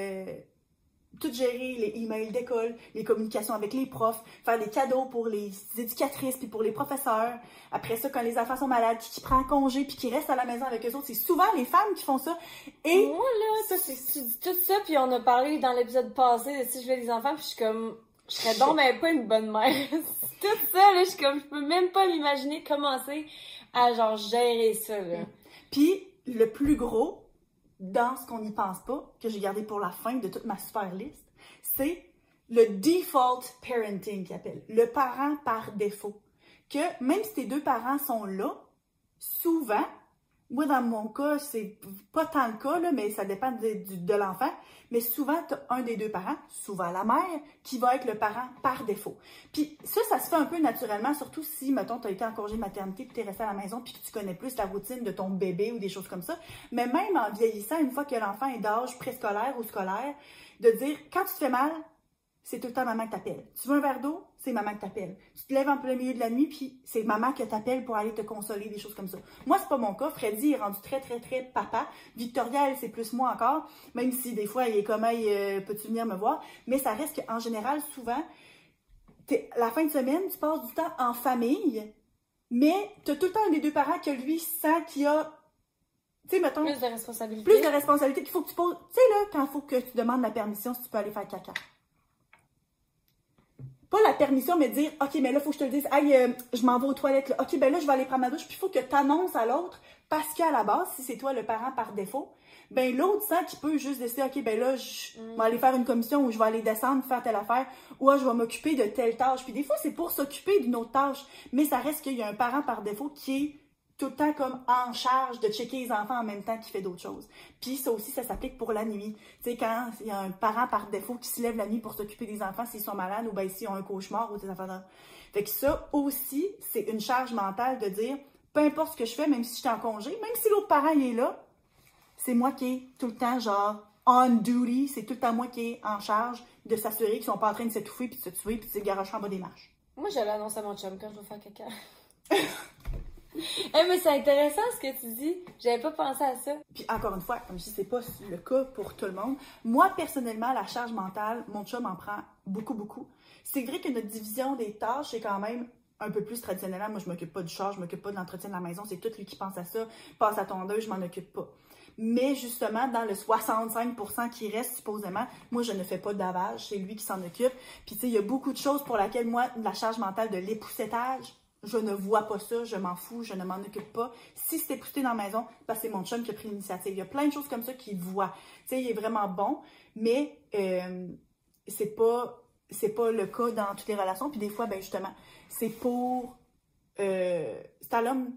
tout gérer les emails d'école, les communications avec les profs, faire des cadeaux pour les éducatrices puis pour les professeurs. Après ça, quand les enfants sont malades, qui prend congé puis qui reste à la maison avec eux autres, c'est souvent les femmes qui font ça. Et moi, là, tu dis tout ça, puis on a parlé dans l'épisode passé de si je veux des enfants, puis je suis comme, je serais donc même pas une bonne mère. Tout ça, là, je suis comme, je peux même pas m'imaginer commencer à, genre, gérer ça, là. Puis, le plus gros, dans ce qu'on n'y pense pas, que j'ai gardé pour la fin de toute ma super liste, c'est le default parenting qu'ils appellent, le parent par défaut. Que même si tes deux parents sont là, souvent, moi dans mon cas, c'est pas tant le cas, là, mais ça dépend de l'enfant, mais souvent, tu as un des deux parents, souvent la mère, qui va être le parent par défaut. Puis ça se fait un peu naturellement, surtout si, mettons, tu as été en congé de maternité puis tu es resté à la maison puis que tu connais plus la routine de ton bébé ou des choses comme ça. Mais même en vieillissant, une fois que l'enfant est d'âge préscolaire ou scolaire, de dire, quand tu te fais mal, c'est tout le temps maman qui t'appelle. Tu veux un verre d'eau? C'est maman qui t'appelle. Tu te lèves en plein milieu de la nuit, puis c'est maman qui t'appelle pour aller te consoler, des choses comme ça. Moi, c'est pas mon cas. Freddy est rendu très, très, très papa. Victoria, elle, c'est plus moi encore, même si des fois, il est comme, hey, peux-tu venir me voir? Mais ça reste qu'en général, souvent, la fin de semaine, tu passes du temps en famille, mais tu as tout le temps un des deux parents que lui sent qu'il a, tu sais, mettons, plus de responsabilité. Plus de responsabilité qu'il faut que tu poses. Tu sais, là, quand il faut que tu demandes la permission si tu peux aller faire caca. pas la permission, mais dire, OK, mais là, faut que je te le dise, hey, je m'en vais aux toilettes, là. OK, ben là, je vais aller prendre ma douche, puis il faut que tu annonces à l'autre, parce qu'à la base, si c'est toi le parent par défaut, ben l'autre sent qu'il peut juste décider, OK, ben là, je vais aller faire une commission, ou je vais aller descendre, faire telle affaire, ou je vais m'occuper de telle tâche. Puis des fois, c'est pour s'occuper d'une autre tâche, mais ça reste qu'il y a un parent par défaut qui est tout le temps comme en charge de checker les enfants en même temps qu'il fait d'autres choses. Puis ça aussi, ça s'applique pour la nuit. Tu sais, quand il y a un parent par défaut qui se lève la nuit pour s'occuper des enfants s'ils sont malades ou bien s'ils ont un cauchemar ou des affaires. Fait que ça aussi, c'est une charge mentale de dire, peu importe ce que je fais, même si je suis en congé, même si l'autre parent il est là, c'est moi qui est tout le temps genre on duty, c'est tout le temps moi qui est en charge de s'assurer qu'ils sont pas en train de s'étouffer puis de se tuer puis de se garocher en bas des marches. Moi, je l'annonce à mon chum quand je vais faire caca. Mais c'est intéressant ce que tu dis. J'avais pas pensé à ça. Puis encore une fois, comme je dis, c'est pas le cas pour tout le monde. Moi, personnellement, la charge mentale, mon chum en prend beaucoup, beaucoup. C'est vrai que notre division des tâches est quand même un peu plus traditionnelle. Moi, je m'occupe pas du char, je m'occupe pas de l'entretien de la maison. C'est tout lui qui pense à ça. Passe à tondeuse, je m'en occupe pas. Mais justement, dans le 65% qui reste, supposément, moi, je ne fais pas de lavage. C'est lui qui s'en occupe. Puis, tu sais, il y a beaucoup de choses pour lesquelles, moi, la charge mentale de l'époussetage, je ne vois pas ça, je m'en fous, je ne m'en occupe pas. Si c'est poussé dans la maison, parce que c'est mon chum qui a pris l'initiative. Il y a plein de choses comme ça qu'il voit. Tu sais, il est vraiment bon, mais c'est pas le cas dans toutes les relations. Puis des fois, ben justement, c'est pour... c'est à l'homme,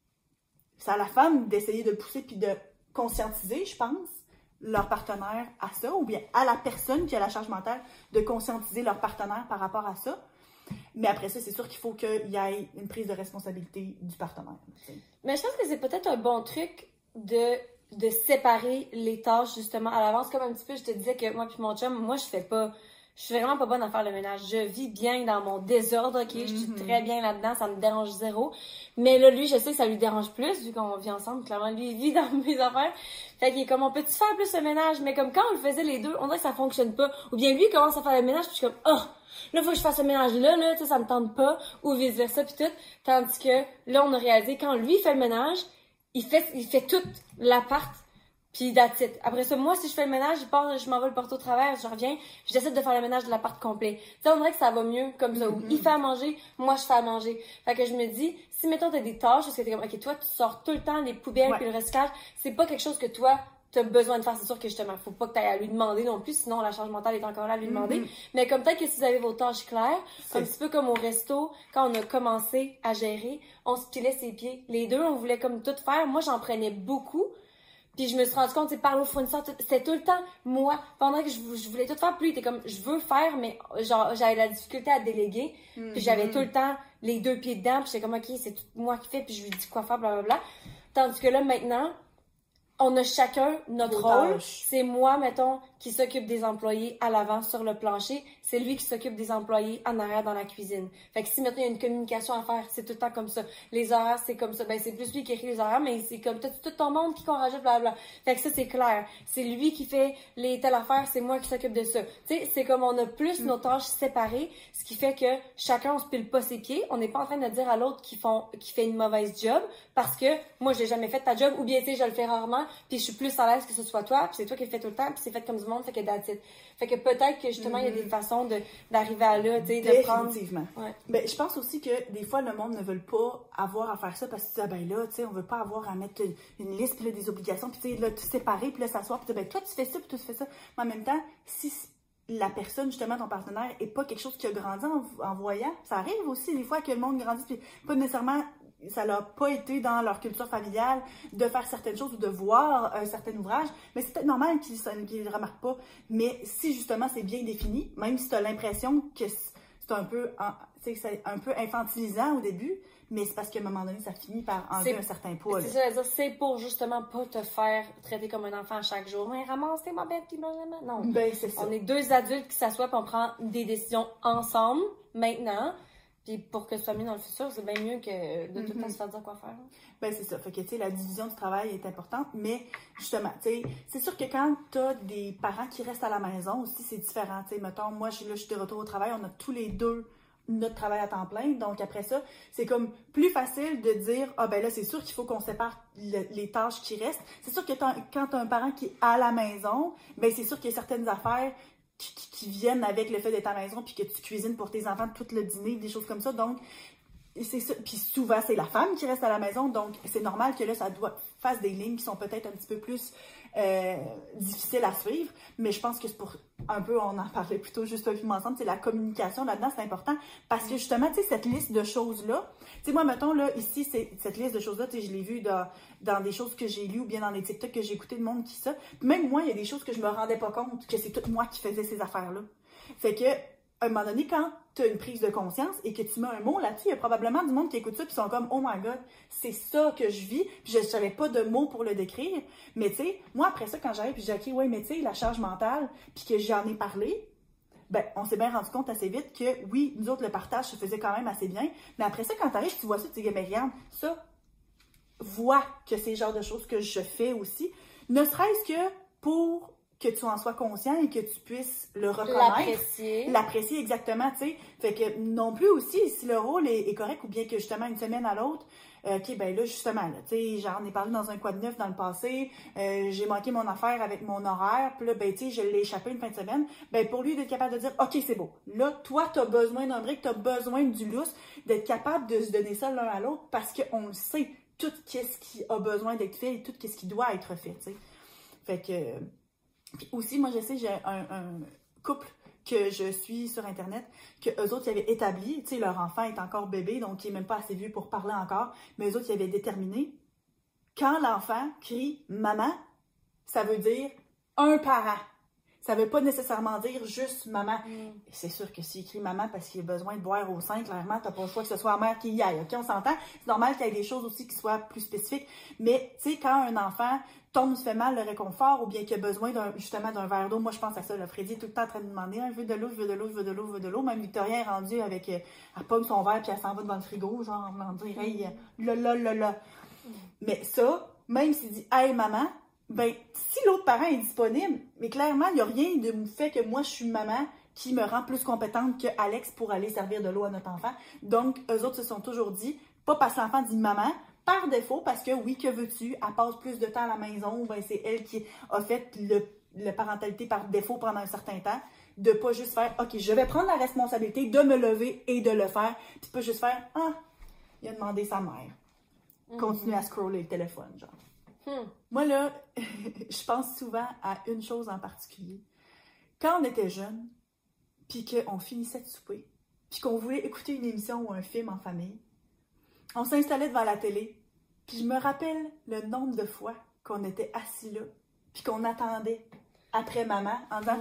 c'est à la femme d'essayer de le pousser puis de conscientiser, je pense, leur partenaire à ça, ou bien à la personne qui a la charge mentale de conscientiser leur partenaire par rapport à ça. Mais après ça, c'est sûr qu'il faut qu'il y ait une prise de responsabilité du partenaire. T'sais. Mais je pense que c'est peut-être un bon truc de séparer les tâches, justement, à l'avance. Comme un petit peu, je te disais que moi puis mon chum, moi, je suis vraiment pas bonne à faire le ménage. Je vis bien dans mon désordre, OK? Je suis très bien là-dedans, ça me dérange zéro. Mais là, lui, je sais que ça lui dérange plus, vu qu'on vit ensemble. Clairement, lui, il vit dans mes affaires. Fait qu'il est comme, on peut-tu faire plus le ménage? Mais comme quand on le faisait les deux, on dirait que ça fonctionne pas. Ou bien lui, il commence à faire le ménage, puis je suis comme, oh! Là, faut que je fasse le ménage là, tu sais, ça me tente pas. Ou vice-versa, puis tout. Tandis que, là, on a réalisé, quand lui fait le ménage, il fait toute l'appart. Puis that's it. Après ça, moi, si je fais le ménage, je m'en vais le porter au travers, je reviens, puis j'essaie de faire le ménage de l'appart complet. Tu sais, on dirait que ça va mieux comme ça. Il fait à manger, moi, je fais à manger. Fait que je me dis, si, mettons, t'as des tâches, parce que t'es comme, OK, toi, tu sors tout le temps les poubelles puis le recyclage, c'est pas quelque chose que toi, t'as besoin de faire. C'est sûr que, justement, faut pas que t'ailles à lui demander non plus, sinon la charge mentale est encore là à lui demander. Mais comme peut-être que si vous avez vos tâches claires, un petit peu comme au resto, quand on a commencé à gérer, on se pilait ses pieds. Les deux, on voulait comme tout faire. Moi, j'en prenais beaucoup. Puis je me suis rendu compte, tu sais, parler au fournisseur, c'était tout le temps moi. Pendant que je voulais tout faire, plus il était comme, je veux faire, mais genre, j'avais la difficulté à déléguer. Puis j'avais tout le temps les deux pieds dedans, puis j'étais comme, OK, c'est tout moi qui fais, puis je lui dis quoi faire, blablabla. Tandis que là, maintenant, on a chacun notre rôle. C'est moi, mettons, qui s'occupe des employés à l'avant sur le plancher. C'est lui qui s'occupe des employés en arrière dans la cuisine. Fait que si maintenant il y a une communication à faire, c'est tout le temps comme ça. Les horaires, c'est comme ça. Ben, c'est plus lui qui écrit les horaires, mais c'est comme tout ton monde qui qu'on rajoute, blablabla. Fait que ça, c'est clair. C'est lui qui fait les telles affaires, c'est moi qui s'occupe de ça. Tu sais, c'est comme on a plus nos tâches séparées, ce qui fait que chacun, on se pile pas ses pieds. On n'est pas en train de dire à l'autre qui fait une mauvaise job parce que moi, j'ai jamais fait ta job, ou bien, tu sais, je le fais rarement, puis je suis plus à l'aise que ce soit toi, puis c'est toi qui le fais tout le temps, puis c'est fait comme du monde, fait que that's it. Fait que peut-être que justement, il y a des façons d'arriver à là, tu sais, de prendre... Définitivement. Ouais. Ben, je pense aussi que des fois, le monde ne veut pas avoir à faire ça parce que tu dis, ah ben là, tu sais, on veut pas avoir à mettre une liste, puis là, des obligations, puis tu sais, là, tout séparer, puis là, s'asseoir, puis tu dis, ben toi, tu fais ça, puis toi, tu fais ça. Mais en même temps, si la personne, justement, ton partenaire, est pas quelque chose qui a grandi en voyant, ça arrive aussi des fois que le monde grandit, puis pas nécessairement... ça n'a pas été dans leur culture familiale de faire certaines choses ou de voir un certain ouvrage, mais c'est peut-être normal qu'ils ne le remarquent pas. Mais si justement c'est bien défini, même si tu as l'impression que c'est un peu, c'est un peu infantilisant au début, mais c'est parce qu'à un moment donné, ça finit par enlever un certain poids. C'est ça, dire, c'est pour justement pas te faire traiter comme un enfant chaque jour. Mais ramasse tes bobettes, puis blablabla. Non. Ben, c'est ça. On est deux adultes qui s'assoient puis on prend des décisions ensemble, maintenant. Puis pour que ce soit mieux dans le futur, c'est bien mieux que de tout le temps se faire dire quoi faire. Ben c'est ça. Fait que, tu sais, la division du travail est importante, mais justement, tu sais, c'est sûr que quand t'as des parents qui restent à la maison aussi, c'est différent. Tu sais, mettons, moi, je suis de retour au travail, on a tous les deux notre travail à temps plein, donc après ça, c'est comme plus facile de dire, ah ben là, c'est sûr qu'il faut qu'on sépare les tâches qui restent. C'est sûr que quand t'as un parent qui est à la maison, ben c'est sûr qu'il y a certaines affaires qui qui viennent avec le fait d'être à la maison, puis que tu cuisines pour tes enfants tout le dîner, des choses comme ça. Donc, c'est ça. Puis souvent, c'est la femme qui reste à la maison, donc c'est normal que là, ça fasse des lignes qui sont peut-être un petit peu plus difficiles à suivre. Mais je pense que c'est pour un peu, on en parlait plutôt juste toi et moi ensemble, c'est la communication là-dedans, c'est important. Parce que justement, tu sais, cette liste de choses-là, tu sais, moi, mettons, là, ici, cette liste de choses-là, tu sais, je l'ai vue dans des choses que j'ai lues ou bien dans des TikTok que j'ai écouté de monde qui ça. Puis même moi, il y a des choses que je me rendais pas compte que c'est tout moi qui faisais ces affaires-là. Fait que, à un moment donné, quand tu as une prise de conscience et que tu mets un mot là-dessus, il y a probablement du monde qui écoute ça puis sont comme « Oh my God, c'est ça que je vis. » Puis je savais pas de mots pour le décrire. Mais tu sais, moi après ça, quand j'arrive puis je dis « Ok, ouais, mais tu sais, la charge mentale, puis que j'en ai parlé, ben on s'est bien rendu compte assez vite que oui, nous autres, le partage se faisait quand même assez bien. Mais après ça, quand tu arrives, tu vois ça, tu dis « Mais regarde, ça, vois que c'est le genre de choses que je fais aussi. » Ne serait-ce que pour que tu en sois conscient et que tu puisses le reconnaître. L'apprécier, exactement, tu sais. Fait que non plus aussi, si le rôle est correct ou bien que justement une semaine à l'autre, ok, ben là, justement, là, tu sais, j'en ai parlé dans un quoi de neuf dans le passé, j'ai manqué mon affaire avec mon horaire, puis là, ben, tu sais, je l'ai échappé une fin de semaine, ben, pour lui, d'être capable de dire, ok, c'est beau. Là, toi, t'as besoin d'un break, t'as besoin du lousse, d'être capable de se donner ça l'un à l'autre parce qu'on le sait, tout ce qui a besoin d'être fait et tout ce qui doit être fait, tu sais. Fait que... Puis aussi, moi, je sais, j'ai un couple que je suis sur Internet, que eux autres, ils avaient établi, tu sais, leur enfant est encore bébé, donc il n'est même pas assez vieux pour parler encore, mais eux autres, ils avaient déterminé, quand l'enfant crie « maman », ça veut dire un parent. Ça veut pas nécessairement dire juste maman. C'est sûr que s'il crie maman parce qu'il a besoin de boire au sein, clairement, t'as pas le choix que ce soit la mère qui y aille. OK, on s'entend? C'est normal qu'il y ait des choses aussi qui soient plus spécifiques. Mais, tu sais, quand un enfant tombe, se fait mal, le réconfort, ou bien qu'il a besoin justement d'un verre d'eau, moi, je pense à ça. Là, Freddy est tout le temps en train de demander, je veux de l'eau, je veux de l'eau, je veux de l'eau, je veux de l'eau. Même Victoria est rendue avec, elle pogne son verre puis elle s'en va devant le frigo, genre, en voulant dire, hey, là. Mais ça, même s'il dit, hey, maman, ben, si l'autre parent est disponible, mais clairement, il n'y a rien de fait que moi, je suis maman qui me rend plus compétente que Alex pour aller servir de l'eau à notre enfant. Donc, eux autres se sont toujours dit, pas parce que l'enfant dit maman, par défaut, parce que oui, que veux-tu, elle passe plus de temps à la maison, ben, c'est elle qui a fait la parentalité par défaut pendant un certain temps, de pas juste faire, OK, je vais prendre la responsabilité de me lever et de le faire, puis pas juste faire, ah, il a demandé sa mère. Continuer à scroller le téléphone, genre. Moi, là, je pense souvent à une chose en particulier. Quand on était jeune, puis qu'on finissait de souper, puis qu'on voulait écouter une émission ou un film en famille, on s'installait devant la télé, puis je me rappelle le nombre de fois qu'on était assis là, puis qu'on attendait après maman en disant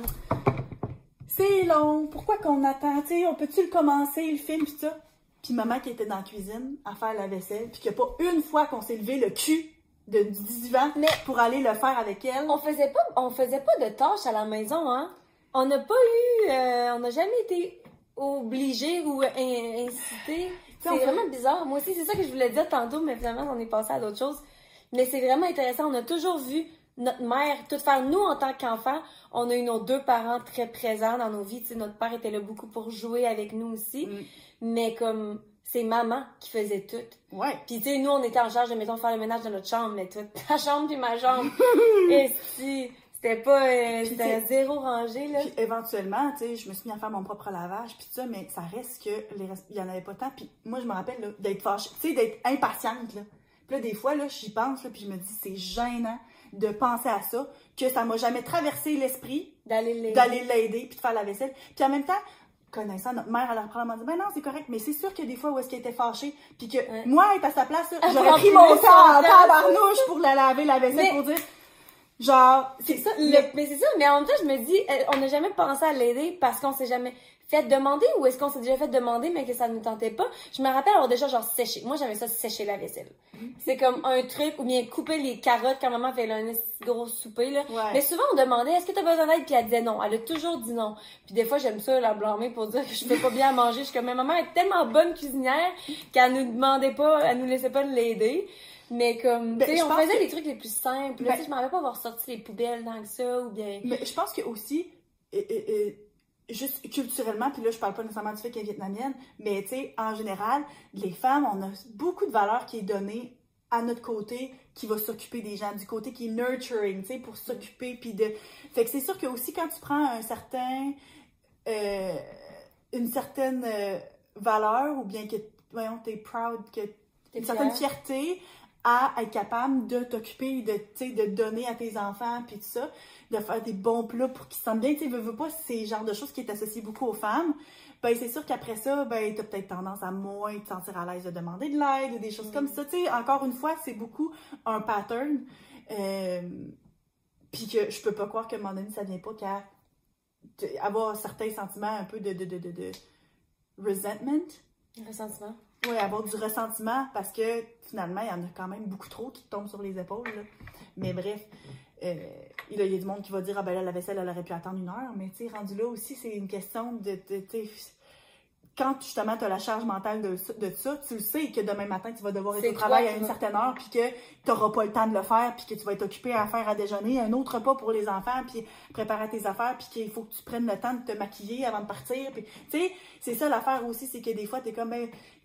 « C'est long, pourquoi qu'on attend? T'sais, on peut-tu le commencer, le film, puis ça? » Puis maman qui était dans la cuisine à faire la vaisselle, puis qu'il n'y a pas une fois qu'on s'est levé le cul du divan pour aller le faire avec elle. On faisait pas de tâches à la maison, hein? On n'a pas on n'a jamais été obligés ou incités. C'est vraiment bizarre. Moi aussi, c'est ça que je voulais dire tantôt, mais finalement, on est passé à d'autres choses. Mais c'est vraiment intéressant. On a toujours vu notre mère tout faire. Nous, en tant qu'enfants, on a eu nos deux parents très présents dans nos vies. T'sais, notre père était là beaucoup pour jouer avec nous aussi. Mais comme... c'est maman qui faisait tout. Ouais. Puis, tu sais, nous, on était en charge de, mettons, faire le ménage de notre chambre, mais toute ta chambre puis ma chambre. Et si, c'était pas, c'était zéro rangé, là. Puis, éventuellement, tu sais, je me suis mis à faire mon propre lavage, puis tout ça, mais ça reste que il y en avait pas tant. Puis, moi, je me rappelle, là, d'être fâchée, tu sais, d'être impatiente, là. Puis là, des fois, là, j'y pense, là, puis je me dis, c'est gênant de penser à ça, que ça m'a jamais traversé l'esprit d'aller l'aider, puis de faire la vaisselle. Puis en même temps, connaissant notre mère, elle a probablement dit, ben non, c'est correct, mais c'est sûr qu'il y a des fois où est-ce qu'elle était fâchée, puis que moi, être à sa place, j'aurais pris mon temps en tabarnouche pour la laver la vaisselle, pour dire, genre, c'est ça. Mais c'est ça, mais en même temps, je me dis, on n'a jamais pensé à l'aider parce qu'on s'est jamais fait demander, ou est-ce qu'on s'est déjà fait demander mais que ça ne nous tentait pas? Je me rappelle avoir déjà genre séché. Moi, j'avais ça sécher la vaisselle. C'est comme un truc, ou bien couper les carottes quand maman fait un gros souper, là. Ouais. Mais souvent, on demandait, est-ce que t'as besoin d'aide? Puis elle disait non. Elle a toujours dit non. Puis des fois, j'aime ça la blâmer pour dire que je fais pas bien à manger. Je suis comme, mais maman est tellement bonne cuisinière qu'elle nous demandait pas, elle nous laissait pas l'aider. Mais comme, tu sais, on faisait les trucs les plus simples. Tu sais, je m'en rappelle pas avoir sorti les poubelles dans ça, ou bien... Mais je pense que aussi, juste culturellement, puis là, je parle pas nécessairement du fait qu'elle est vietnamienne, mais tu sais, en général, les femmes, on a beaucoup de valeur qui est donnée à notre côté, qui va s'occuper des gens, du côté qui est nurturing, tu sais, pour s'occuper, puis de... Fait que c'est sûr que aussi, quand tu prends un certain une certaine valeur ou bien que, voyons, t'es proud, que une certaine fierté à être capable de t'occuper, de donner à tes enfants, puis tout ça, de faire des bons plats pour qu'ils se sentent bien. Tu sais, veux pas, c'est le genre de choses qui est associé beaucoup aux femmes. Ben, c'est sûr qu'après ça, ben, t'as peut-être tendance à moins te sentir à l'aise de demander de l'aide ou des choses comme ça. Tu sais, encore une fois, c'est beaucoup un pattern. Puis que je peux pas croire qu'à un moment donné, ça vient pas qu'à avoir certains sentiments un peu de resentment. Ressentiment. Oui, avoir du ressentiment parce que finalement, il y en a quand même beaucoup trop qui tombent sur les épaules. Là. Mais bref, il y a du monde qui va dire ah ben là, la vaisselle, elle aurait pu attendre 1 heure. Mais tu sais, rendu là aussi, c'est une question de quand justement tu as la charge mentale de ça, tu le sais que demain matin, tu vas devoir être au travail à une certaine heure, puis que tu n'auras pas le temps de le faire, puis que tu vas être occupé à faire à déjeuner, un autre repas pour les enfants, puis préparer tes affaires, puis qu'il faut que tu prennes le temps de te maquiller avant de partir. Puis, tu sais, c'est ça l'affaire aussi, c'est que des fois, tu es comme... Ben,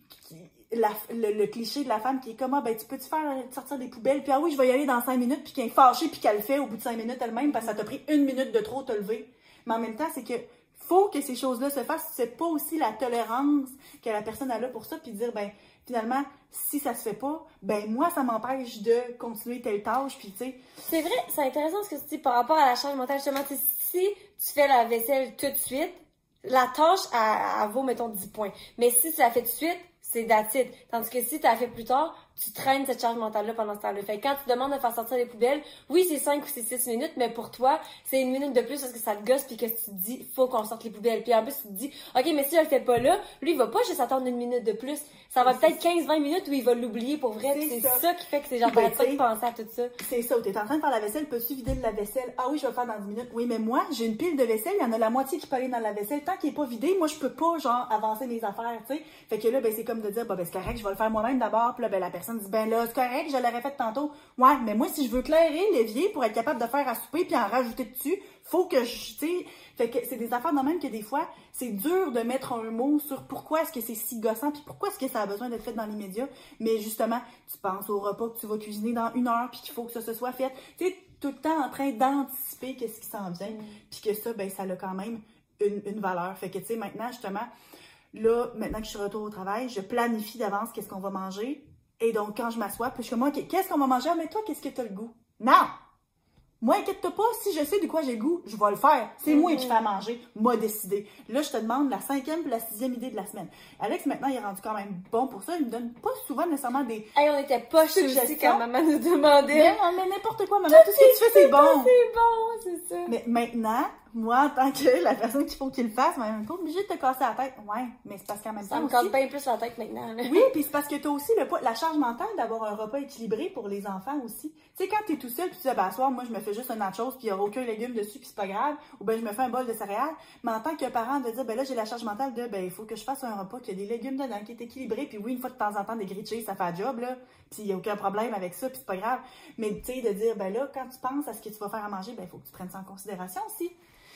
le cliché de la femme qui est comme ah ben tu peux-tu faire sortir des poubelles puis ah oui je vais y aller dans 5 minutes puis qu'elle est fâchée puis qu'elle le fait au bout de 5 minutes elle-même parce que ça t'a pris 1 minute de trop te lever. Mais en même temps c'est que faut que ces choses-là se fassent. C'est pas aussi la tolérance que la personne a là pour ça puis dire ben finalement si ça se fait pas ben moi ça m'empêche de continuer telle tâche puis tu sais. C'est vrai, c'est intéressant ce que tu dis par rapport à la charge mentale justement. Si tu fais la vaisselle tout de suite la tâche, elle vaut, mettons, 10 points. Mais si tu la fais tout de suite, c'est that's it. Tandis que si tu la fais plus tard, tu traînes cette charge mentale-là pendant ce temps-là. Fait que quand tu demandes de faire sortir les poubelles, oui, c'est 5 ou c'est 6 minutes, mais pour toi, c'est 1 minute de plus parce que ça te gosse puis que tu te dis, faut qu'on sorte les poubelles. Puis en plus, tu te dis, OK, mais si je le fais pas là, lui, il va pas juste attendre 1 minute de plus. Ça va peut-être 15-20 minutes où il va l'oublier pour vrai. C'est ça qui fait que c'est genre, t'arrêtes pas de penser à tout ça. C'est ça, t'es en train de faire la vaisselle, peux-tu vider de la vaisselle? Ah oui, je vais le faire dans 10 minutes. Oui, mais moi, j'ai une pile de vaisselle, il y en a la moitié qui peut aller dans la vaisselle. Tant qu'il est pas vidé, moi, je peux pas, genre, avancer mes affaires, tu sais. Fait que là, ben, c'est comme de dire, ben, c'est correct, je vais le faire moi-même d'abord. Puis là, ben, la personne dit, ben là, c'est correct, je l'aurais fait tantôt. Ouais, mais moi, si je veux clairer l'évier pour être capable de faire à souper puis en rajouter dessus, faut que je, tu sais, fait que c'est des affaires de même que des fois, c'est dur de mettre un mot sur pourquoi est-ce que c'est si gossant puis pourquoi est-ce que ça a besoin d'être fait dans l'immédiat. Mais justement, tu penses au repas que tu vas cuisiner dans 1 heure puis qu'il faut que ça se soit fait. Tu sais, tout le temps en train d'anticiper qu'est-ce qui s'en vient puis que ça, ben, ça a quand même une valeur. Fait que, tu sais, maintenant, justement, là, maintenant que je suis retour au travail, je planifie d'avance qu'est-ce qu'on va manger. Et donc, quand je m'assois, puis je suis comme, OK, qu'est-ce qu'on va manger? Ah, mais toi, qu'est-ce que tu as le goût? Non! Moi, inquiète-toi pas, si je sais de quoi j'ai le goût, je vais le faire. C'est moi qui fais à manger, m'a décidé. Là, je te demande la 5e puis la 6e idée de la semaine. Alex, maintenant, il est rendu quand même bon pour ça. Il me donne pas souvent nécessairement des... Hey, on était pas aussi quand maman nous demandait. Mais n'importe quoi, maman. Tout ce que tu fais, c'est bon. C'est bon, c'est ça. Mais maintenant, moi, en tant que la personne qu'il faut qu'il le fasse, mais même pas obligée de te casser la tête. Ouais, mais c'est parce qu'en même temps. Ça me casse bien plus la tête maintenant. Là. Oui, puis c'est parce que t'as aussi la charge mentale d'avoir un repas équilibré pour les enfants aussi. Tu sais, quand t'es tout seul, puis tu dis, ben, à soir, moi, je me fais juste un nachos, puis il n'y aura aucun légume dessus, puis c'est pas grave. Ou ben, je me fais un bol de céréales. Mais en tant que parent, de dire, ben là, j'ai la charge mentale de, ben, il faut que je fasse un repas qui a des légumes dedans, qui est équilibré. Puis oui, une fois de temps en temps, des grilled cheese, ça fait un job, là. Puis il n'y a aucun problème avec ça, puis c'est pas grave. Mais tu sais, de dire, ben là, quand tu penses à ce que tu vas faire à manger, ben, il faut que tu prennes ça en considération aussi.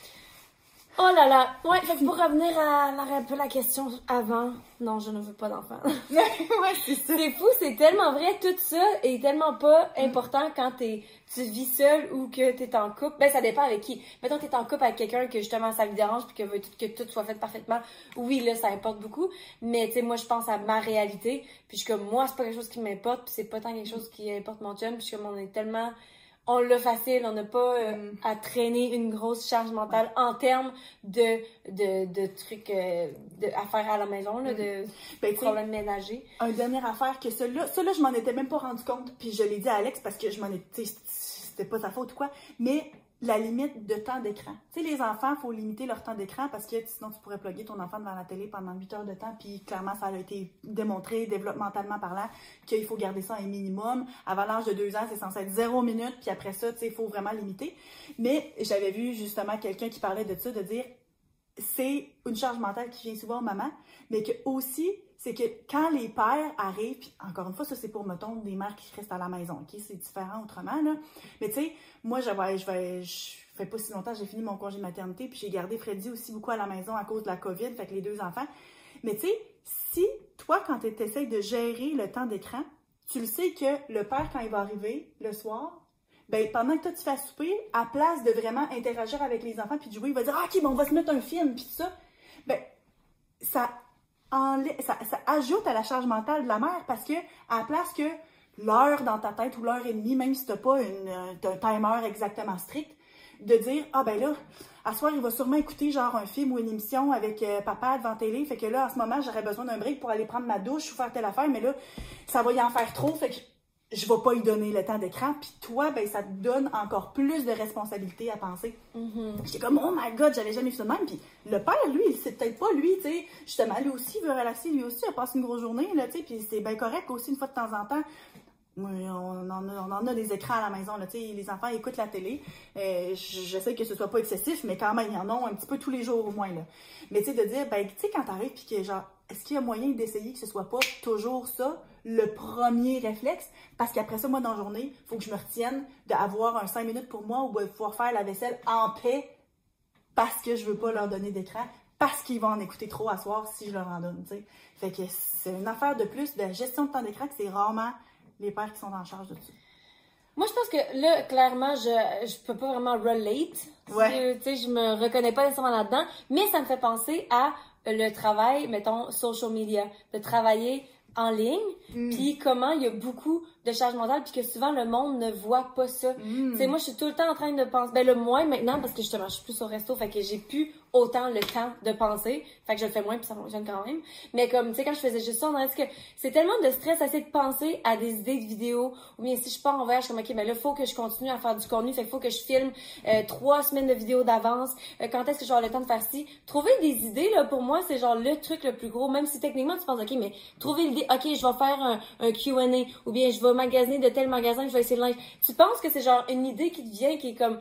Oh là là! Ouais, fait que pour revenir à un peu la question avant, non, je ne veux pas d'enfant. Ouais, c'est ça. C'est fou, c'est tellement vrai, tout ça est tellement pas important quand tu vis seul ou que t'es en couple. Ben, ça dépend avec qui. Mettons, t'es en couple avec quelqu'un que justement ça lui dérange puis que veut que tout soit fait parfaitement. Oui, là, ça importe beaucoup. Mais, tu sais, moi, je pense à ma réalité. Puis je suis comme, moi, c'est pas quelque chose qui m'importe puis c'est pas tant quelque chose qui importe mon chum. Puis je suis comme, on est tellement... On l'a facile, on n'a pas à traîner une grosse charge mentale en termes de trucs à faire à la maison, là, de problèmes ménagers. Une dernière affaire que celle-là, je m'en étais même pas rendu compte, puis je l'ai dit à Alex parce que je m'en étais, c'était pas sa faute ou quoi, mais la limite de temps d'écran. Tu sais, les enfants, il faut limiter leur temps d'écran parce que sinon tu pourrais plugger ton enfant devant la télé pendant 8 heures de temps, puis clairement, ça a été démontré, développemental parlant, qu'il faut garder ça à un minimum. Avant l'âge de 2 ans, c'est censé être 0 minute, puis après ça, tu sais, il faut vraiment limiter. Mais j'avais vu justement quelqu'un qui parlait de ça, de dire, c'est une charge mentale qui vient souvent aux mamans, mais que aussi, c'est que quand les pères arrivent, puis encore une fois, ça c'est pour, mettons, des mères qui restent à la maison, ok? C'est différent autrement, là. Mais tu sais, moi, je fais pas si longtemps, j'ai fini mon congé maternité, puis j'ai gardé Freddy aussi beaucoup à la maison à cause de la COVID, fait que les 2 enfants. Mais tu sais, si toi, quand tu essaies de gérer le temps d'écran, tu le sais que le père, quand il va arriver le soir, ben pendant que toi tu fais à souper, à place de vraiment interagir avec les enfants puis de jouer, il va dire « Ah, ok, bon, on va se mettre un film » puis tout ça. Ben, ça ajoute à la charge mentale de la mère parce que à la place que l'heure dans ta tête ou l'heure et demie, même si t'as pas un timer exactement strict, de dire « Ah ben là, à soir, il va sûrement écouter genre un film ou une émission avec papa devant la télé, fait que là, en ce moment, j'aurais besoin d'un break pour aller prendre ma douche ou faire telle affaire, mais là, ça va y en faire trop, fait que je vais pas lui donner le temps d'écran. » Puis toi, ben ça te donne encore plus de responsabilité à penser. J'étais comme « Oh my God, j'avais jamais vu ça de même. » Puis le père, lui, il sait peut-être pas, lui, tu sais, justement, lui aussi, il veut relaxer, lui aussi, il passe une grosse journée, là, tu sais, puis c'est bien correct aussi, une fois de temps en temps. Oui, on en a des écrans à la maison, là, tu sais, les enfants écoutent la télé. J'essaie que ce soit pas excessif, mais quand même, il y en a un petit peu tous les jours au moins, là. Mais tu sais, de dire, ben, tu sais, quand t'arrives puis que, genre, est-ce qu'il y a moyen d'essayer que ce soit pas toujours ça, le premier réflexe? Parce qu'après ça, moi, dans la journée, il faut que je me retienne d'avoir un 5 minutes pour moi ou de pouvoir faire la vaisselle en paix parce que je veux pas leur donner d'écran, parce qu'ils vont en écouter trop à soir si je leur en donne, tu sais. Fait que c'est une affaire de plus de gestion de temps d'écran que c'est rarement les pères qui sont en charge de ça. Moi, je pense que là, clairement, je peux pas vraiment relate. Ouais. Tu sais, je me reconnais pas nécessairement là-dedans, mais ça me fait penser à le travail, mettons, social media, de travailler en ligne, puis comment il y a beaucoup de charge mentale, puis que souvent le monde ne voit pas ça. Tu sais, moi, je suis tout le temps en train de penser, ben le moins maintenant, parce que justement, je suis plus au resto, fait que j'ai plus autant le temps de penser, fait que je le fais moins, puis ça fonctionne quand même. Mais comme, tu sais, quand je faisais juste ça, on dirait que c'est tellement de stress à essayer de penser à des idées de vidéos, ou bien si je pars en voyage, je suis comme, ok, ben là, faut que je continue à faire du contenu, fait qu'il faut que je filme 3 semaines de vidéos d'avance, quand est-ce que je vais avoir le temps de faire ci. Trouver des idées, là, pour moi, c'est genre le truc le plus gros, même si techniquement, tu penses, ok, mais trouver l'idée, ok, je vais faire un Q&A, ou bien je vais magasiner de tel magasin, je vais essayer de linge. Tu penses que c'est genre une idée qui te vient, qui est comme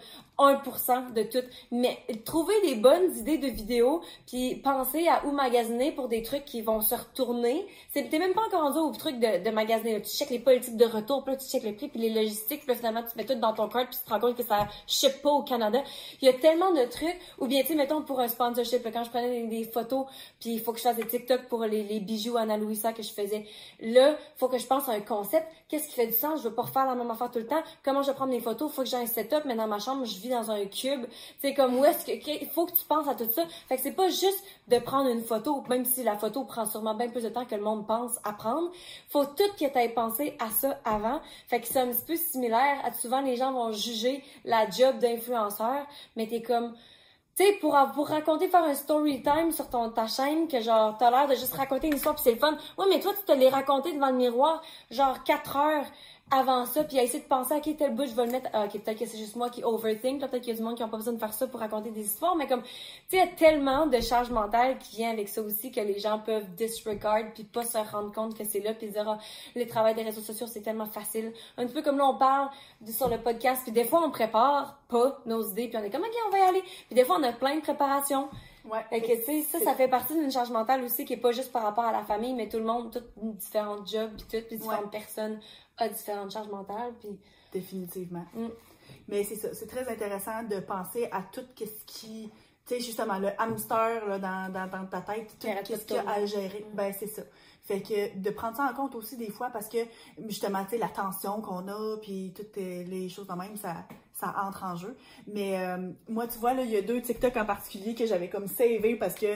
1% de tout. Mais trouver des bonnes idées de vidéos, puis penser à où magasiner pour des trucs qui vont se retourner. T'es même pas encore rendu au truc de magasiner. Là. Tu checkes les politiques de retour, puis là, tu checkes le prix, puis les logistiques, puis là, finalement, tu mets tout dans ton cart, puis tu te rends compte que ça ship pas au Canada. Il y a tellement de trucs. Ou bien, tu sais, mettons, pour un sponsorship, là, quand je prenais des photos, puis il faut que je fasse des TikTok pour les bijoux Ana Luisa que je faisais. Là, faut que je pense à un concept. Qu'est-ce qui fait du sens? Je veux pas refaire la même affaire tout le temps. Comment je vais prendre mes photos? Faut que j'ai un setup, mais dans ma chambre, je vis dans un cube. C'est comme où est-ce que il faut que tu penses à tout ça. Fait que c'est pas juste de prendre une photo, même si la photo prend sûrement bien plus de temps que le monde pense à prendre. Faut tout que tu aies pensé à ça avant. Fait que c'est un petit peu similaire à souvent les gens vont juger la job d'influenceur, mais t'es comme tu sais, pour raconter, faire un story time sur ta chaîne, que genre, t'as l'air de juste raconter une histoire pis c'est le fun. Ouais, mais toi, tu te l'es raconté devant le miroir, genre 4 heures avant ça, puis à essayer de penser à quel bout je vais le mettre. Ah, ok, peut-être que c'est juste moi qui overthink, peut-être qu'il y a du monde qui n'a pas besoin de faire ça pour raconter des histoires, mais comme, tu sais, il y a tellement de charge mentale qui vient avec ça aussi que les gens peuvent disregard puis pas se rendre compte que c'est là puis dire, ah, le travail des réseaux sociaux, c'est tellement facile. Un peu comme là, on parle sur le podcast, puis des fois, on prépare pas nos idées, puis on est comme, ok, on va y aller. Puis des fois, on a plein de préparations. Ouais. Fait que, tu sais, ça fait partie d'une charge mentale aussi qui est pas juste par rapport à la famille, mais tout le monde, toutes différents jobs, puis différentes personnes a différentes charges mentales, puis... Définitivement. Mais c'est ça, c'est très intéressant de penser à tout ce qui... Tu sais, justement, le hamster là, dans ta tête, tout ce qu'il y a à gérer, ben c'est ça. Fait que de prendre ça en compte aussi des fois parce que, justement, tu sais, la tension qu'on a, puis toutes les choses de même, ça entre en jeu. Mais moi, tu vois, là, il y a 2 TikTok en particulier que j'avais comme savé parce que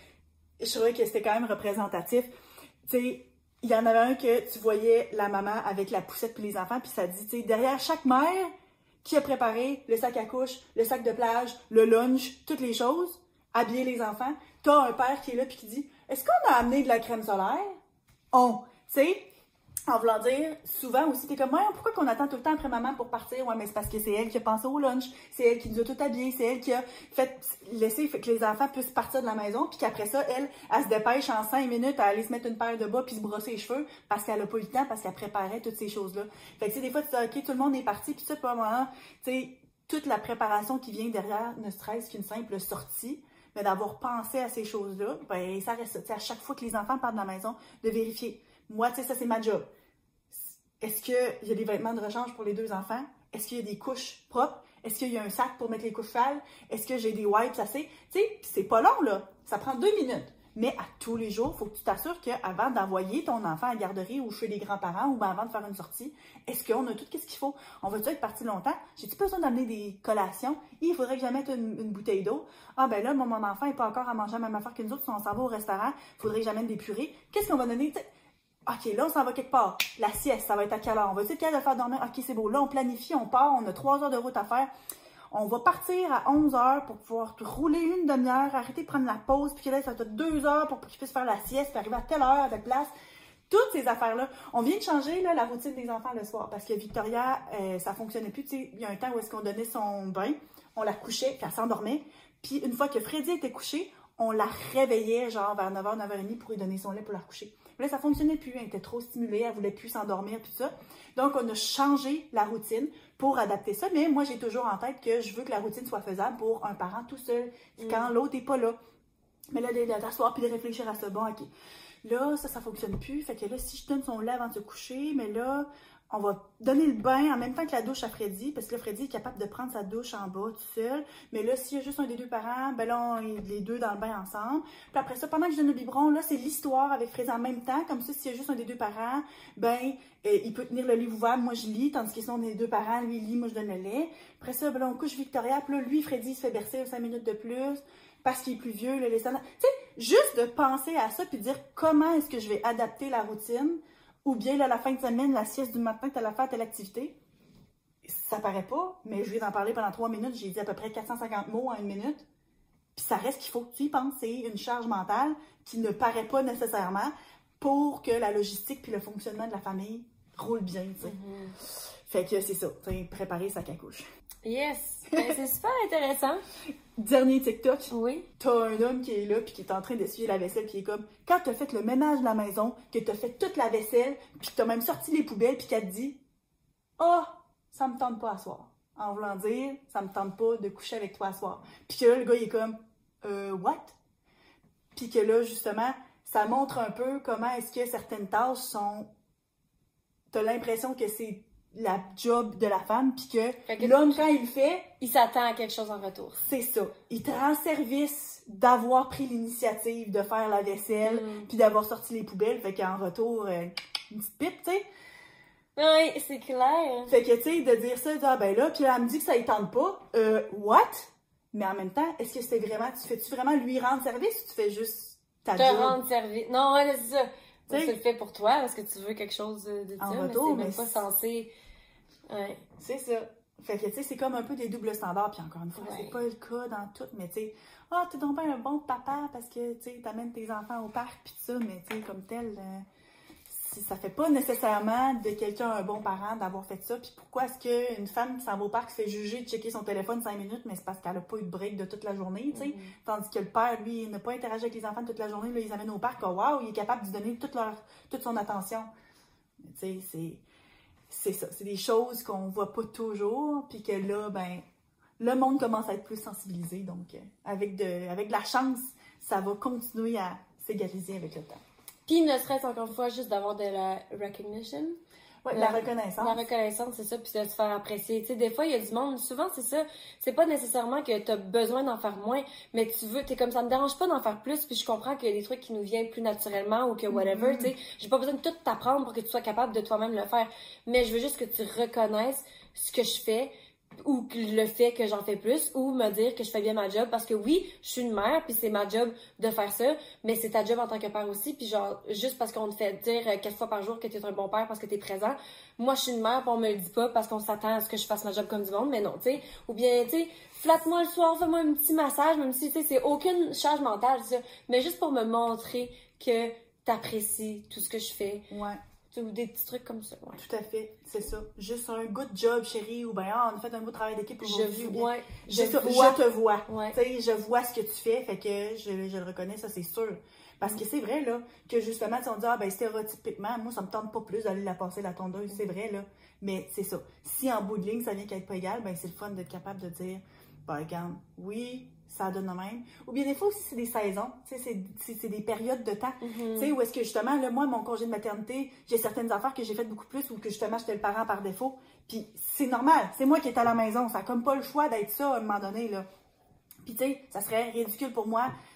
je trouvais que c'était quand même représentatif. Tu sais, il y en avait un que tu voyais la maman avec la poussette puis les enfants, puis ça dit, tu sais, derrière chaque mère qui a préparé le sac à couche, le sac de plage, le lunch, toutes les choses, habiller les enfants, t'as un père qui est là puis qui dit, est-ce qu'on a amené de la crème solaire? Tu sais, en voulant dire, souvent aussi, t'es comme, ouais, pourquoi qu'on attend tout le temps après maman pour partir? Ouais, mais c'est parce que c'est elle qui a pensé au lunch, c'est elle qui nous a tout habillé, c'est elle qui a laissé que les enfants puissent partir de la maison, puis qu'après ça, elle se dépêche en 5 minutes à aller se mettre une paire de bas puis se brosser les cheveux parce qu'elle a pas eu le temps, parce qu'elle préparait toutes ces choses-là. Fait que, tu sais, des fois, tu dis, ok, tout le monde est parti, puis ça, pour un moment, tu sais, toute la préparation qui vient derrière ne serait-ce qu'une simple sortie, mais d'avoir pensé à ces choses-là, ben, ça reste ça. Tu sais, à chaque fois que les enfants partent de la maison, de vérifier. Moi, tu sais, ça, c'est ma job. Est-ce qu'il y a des vêtements de rechange pour les 2 enfants? Est-ce qu'il y a des couches propres? Est-ce qu'il y a un sac pour mettre les couches sales? Est-ce que j'ai des wipes assez? Tu sais, c'est pas long, là. Ça prend 2 minutes. mais à tous les jours, il faut que tu t'assures qu'avant d'envoyer ton enfant à la garderie ou chez les grands-parents ou avant de faire une sortie, est-ce qu'on a tout ce qu'il faut? On va-tu être parti longtemps? J'ai-tu besoin d'amener des collations? Il faudrait que j'amène une bouteille d'eau. Ah ben là, mon enfant n'est pas encore à manger la même affaire que nous autres, si on s'en va au restaurant, il faudrait que j'amène des purées. Qu'est-ce qu'on va donner? T'sais, OK, là, on s'en va quelque part. La sieste, ça va être à quelle heure? On va essayer de faire dormir. OK, c'est beau. Là, on planifie, on part, on a 3 heures de route à faire. On va partir à 11 heures pour pouvoir rouler une demi-heure, arrêter de prendre la pause, puis que là, ça fait 2 heures pour qu'il puisse faire la sieste, puis arriver à telle heure à telle place. Toutes ces affaires-là. On vient de changer là, la routine des enfants le soir, parce que Victoria, ça fonctionnait plus. Tu sais, il y a un temps où est-ce qu'on donnait son bain, on la couchait, puis elle s'endormait. Puis une fois que Freddy était couché, on la réveillait genre vers 9h, 9h30 pour lui donner son lait pour la recoucher. Là, ça fonctionnait plus, elle était trop stimulée, elle voulait plus s'endormir, tout ça. Donc, on a changé la routine pour adapter ça, mais moi, j'ai toujours en tête que je veux que la routine soit faisable pour un parent tout seul, quand l'autre n'est pas là. Mais là, d'asseoir puis de réfléchir à ça, bon, OK. Là, ça fonctionne plus, fait que là, si je donne son lait avant de se coucher, mais là, on va donner le bain en même temps que la douche à Freddy, parce que là, Freddy est capable de prendre sa douche en bas tout seul. Mais là, s'il y a juste un des deux parents, ben là, on est les deux dans le bain ensemble. Puis après ça, pendant que je donne le biberon, là, c'est l'histoire avec Freddy en même temps. Comme ça, s'il y a juste un des deux parents, ben, il peut tenir le livre ouvert, moi je lis, tandis que sinon, on est les deux parents, lui il lit, moi je donne le lait. Après ça, ben là, on couche Victoria, puis là, lui, Freddy, il se fait bercer 5 minutes de plus, parce qu'il est plus vieux, le laissant. Tu sais, juste de penser à ça, puis de dire comment est-ce que je vais adapter la routine. Ou bien, là, la fin de semaine, la sieste du matin, tu as telle activité. Ça paraît pas, mais je viens d'en parler pendant 3 minutes. J'ai dit à peu près 450 mots en 1 minute. Puis ça reste qu'il faut que tu y penses. C'est une charge mentale qui ne paraît pas nécessairement pour que la logistique puis le fonctionnement de la famille roule bien, tu sais. Fait que c'est ça, préparer sa cacouche. Yes! C'est super intéressant. Dernier TikTok. Oui. T'as un homme qui est là, puis qui est en train d'essuyer la vaisselle, puis il est comme, quand t'as fait le ménage de la maison, que t'as fait toute la vaisselle, puis que t'as même sorti les poubelles, puis qu'elle te dit, ah, ça me tente pas à soir. En voulant dire, ça me tente pas de coucher avec toi à soir. Puis que là, le gars, il est comme, what? Puis que là, justement, ça montre un peu comment est-ce que certaines tâches sont, t'as l'impression que c'est la job de la femme, puis que l'homme, quand il le fait... Il s'attend à quelque chose en retour. C'est ça. Il te rend service d'avoir pris l'initiative de faire la vaisselle, puis d'avoir sorti les poubelles, fait qu'en retour, une petite pipe, tu sais. Oui, c'est clair. Fait que, tu sais, de dire ça, ah ben là, puis là, elle me dit que ça ne tente pas, what? Mais en même temps, est-ce que c'est vraiment, fais-tu vraiment lui rendre service ou tu fais juste ta job? Te rendre service. Non, ouais, c'est ça. Tu le fais pour toi parce que tu veux quelque chose de ça, retour, mais c'est même pas censé... Ouais. C'est ça. Fait que, tu sais, c'est comme un peu des doubles standards, puis encore une fois, c'est pas le cas dans tout, mais tu sais, t'es donc bien un bon papa parce que, tu sais, t'amènes tes enfants au parc, puis tout ça, mais tu sais, comme tel, ça fait pas nécessairement de quelqu'un un bon parent d'avoir fait ça, puis pourquoi est-ce qu'une femme qui s'en va au parc se fait juger de checker son téléphone 5 minutes, mais c'est parce qu'elle a pas eu de break de toute la journée, tu sais, tandis que le père, lui, n'a pas interagi avec les enfants toute la journée, là, il les amène au parc, wow, il est capable de donner toute son attention. Tu sais, c'est ça, c'est des choses qu'on voit pas toujours, puis que là, ben, le monde commence à être plus sensibilisé, donc avec de la chance, ça va continuer à s'égaliser avec le temps. Puis ne serait-ce encore une fois juste d'avoir de la recognition. Ouais, la reconnaissance. La reconnaissance, c'est ça, puis de se faire apprécier. Tu sais, des fois, il y a du monde, souvent, c'est ça, c'est pas nécessairement que t'as besoin d'en faire moins, mais t'es comme ça me dérange pas d'en faire plus, puis je comprends qu'il y a des trucs qui nous viennent plus naturellement ou que whatever, tu sais. J'ai pas besoin de tout t'apprendre pour que tu sois capable de toi-même le faire, mais je veux juste que tu reconnaisses ce que je fais, ou le fait que j'en fais plus, ou me dire que je fais bien ma job, parce que oui, je suis une mère, puis c'est ma job de faire ça, mais c'est ta job en tant que père aussi, puis genre, juste parce qu'on te fait dire 4 fois par jour que t'es un bon père parce que t'es présent, moi je suis une mère, puis on me le dit pas parce qu'on s'attend à ce que je fasse ma job comme du monde, mais non, tu sais, ou bien, tu sais, flatte-moi le soir, fais-moi un petit massage, même si, tu sais, c'est aucune charge mentale, ça, mais juste pour me montrer que t'apprécies tout ce que je fais. Ouais. Ou des petits trucs comme ça. Ouais. Tout à fait, c'est ça. Juste un good job, chérie, ou bien on a fait un beau travail d'équipe aujourd'hui. Je te vois. Ouais. Tu sais, je vois ce que tu fais, fait que je le reconnais, ça c'est sûr. Parce que c'est vrai, là, que justement, si on dit, ah ben stéréotypiquement, moi ça me tente pas plus d'aller la passer la tondeuse, c'est vrai, là. Mais c'est ça. Si en bout de ligne, ça vient qu'à être pas égal, ben c'est le fun d'être capable de dire, ben regarde, oui, ça donne de même. Ou bien des fois aussi, c'est des saisons, tu sais, c'est des périodes de temps. Tu sais, où est-ce que justement, là, moi, mon congé de maternité, j'ai certaines affaires que j'ai faites beaucoup plus ou que justement, j'étais le parent par défaut. Puis c'est normal, c'est moi qui est à la maison, ça a comme pas le choix d'être ça à un moment donné, là. Puis tu sais, ça serait ridicule pour moi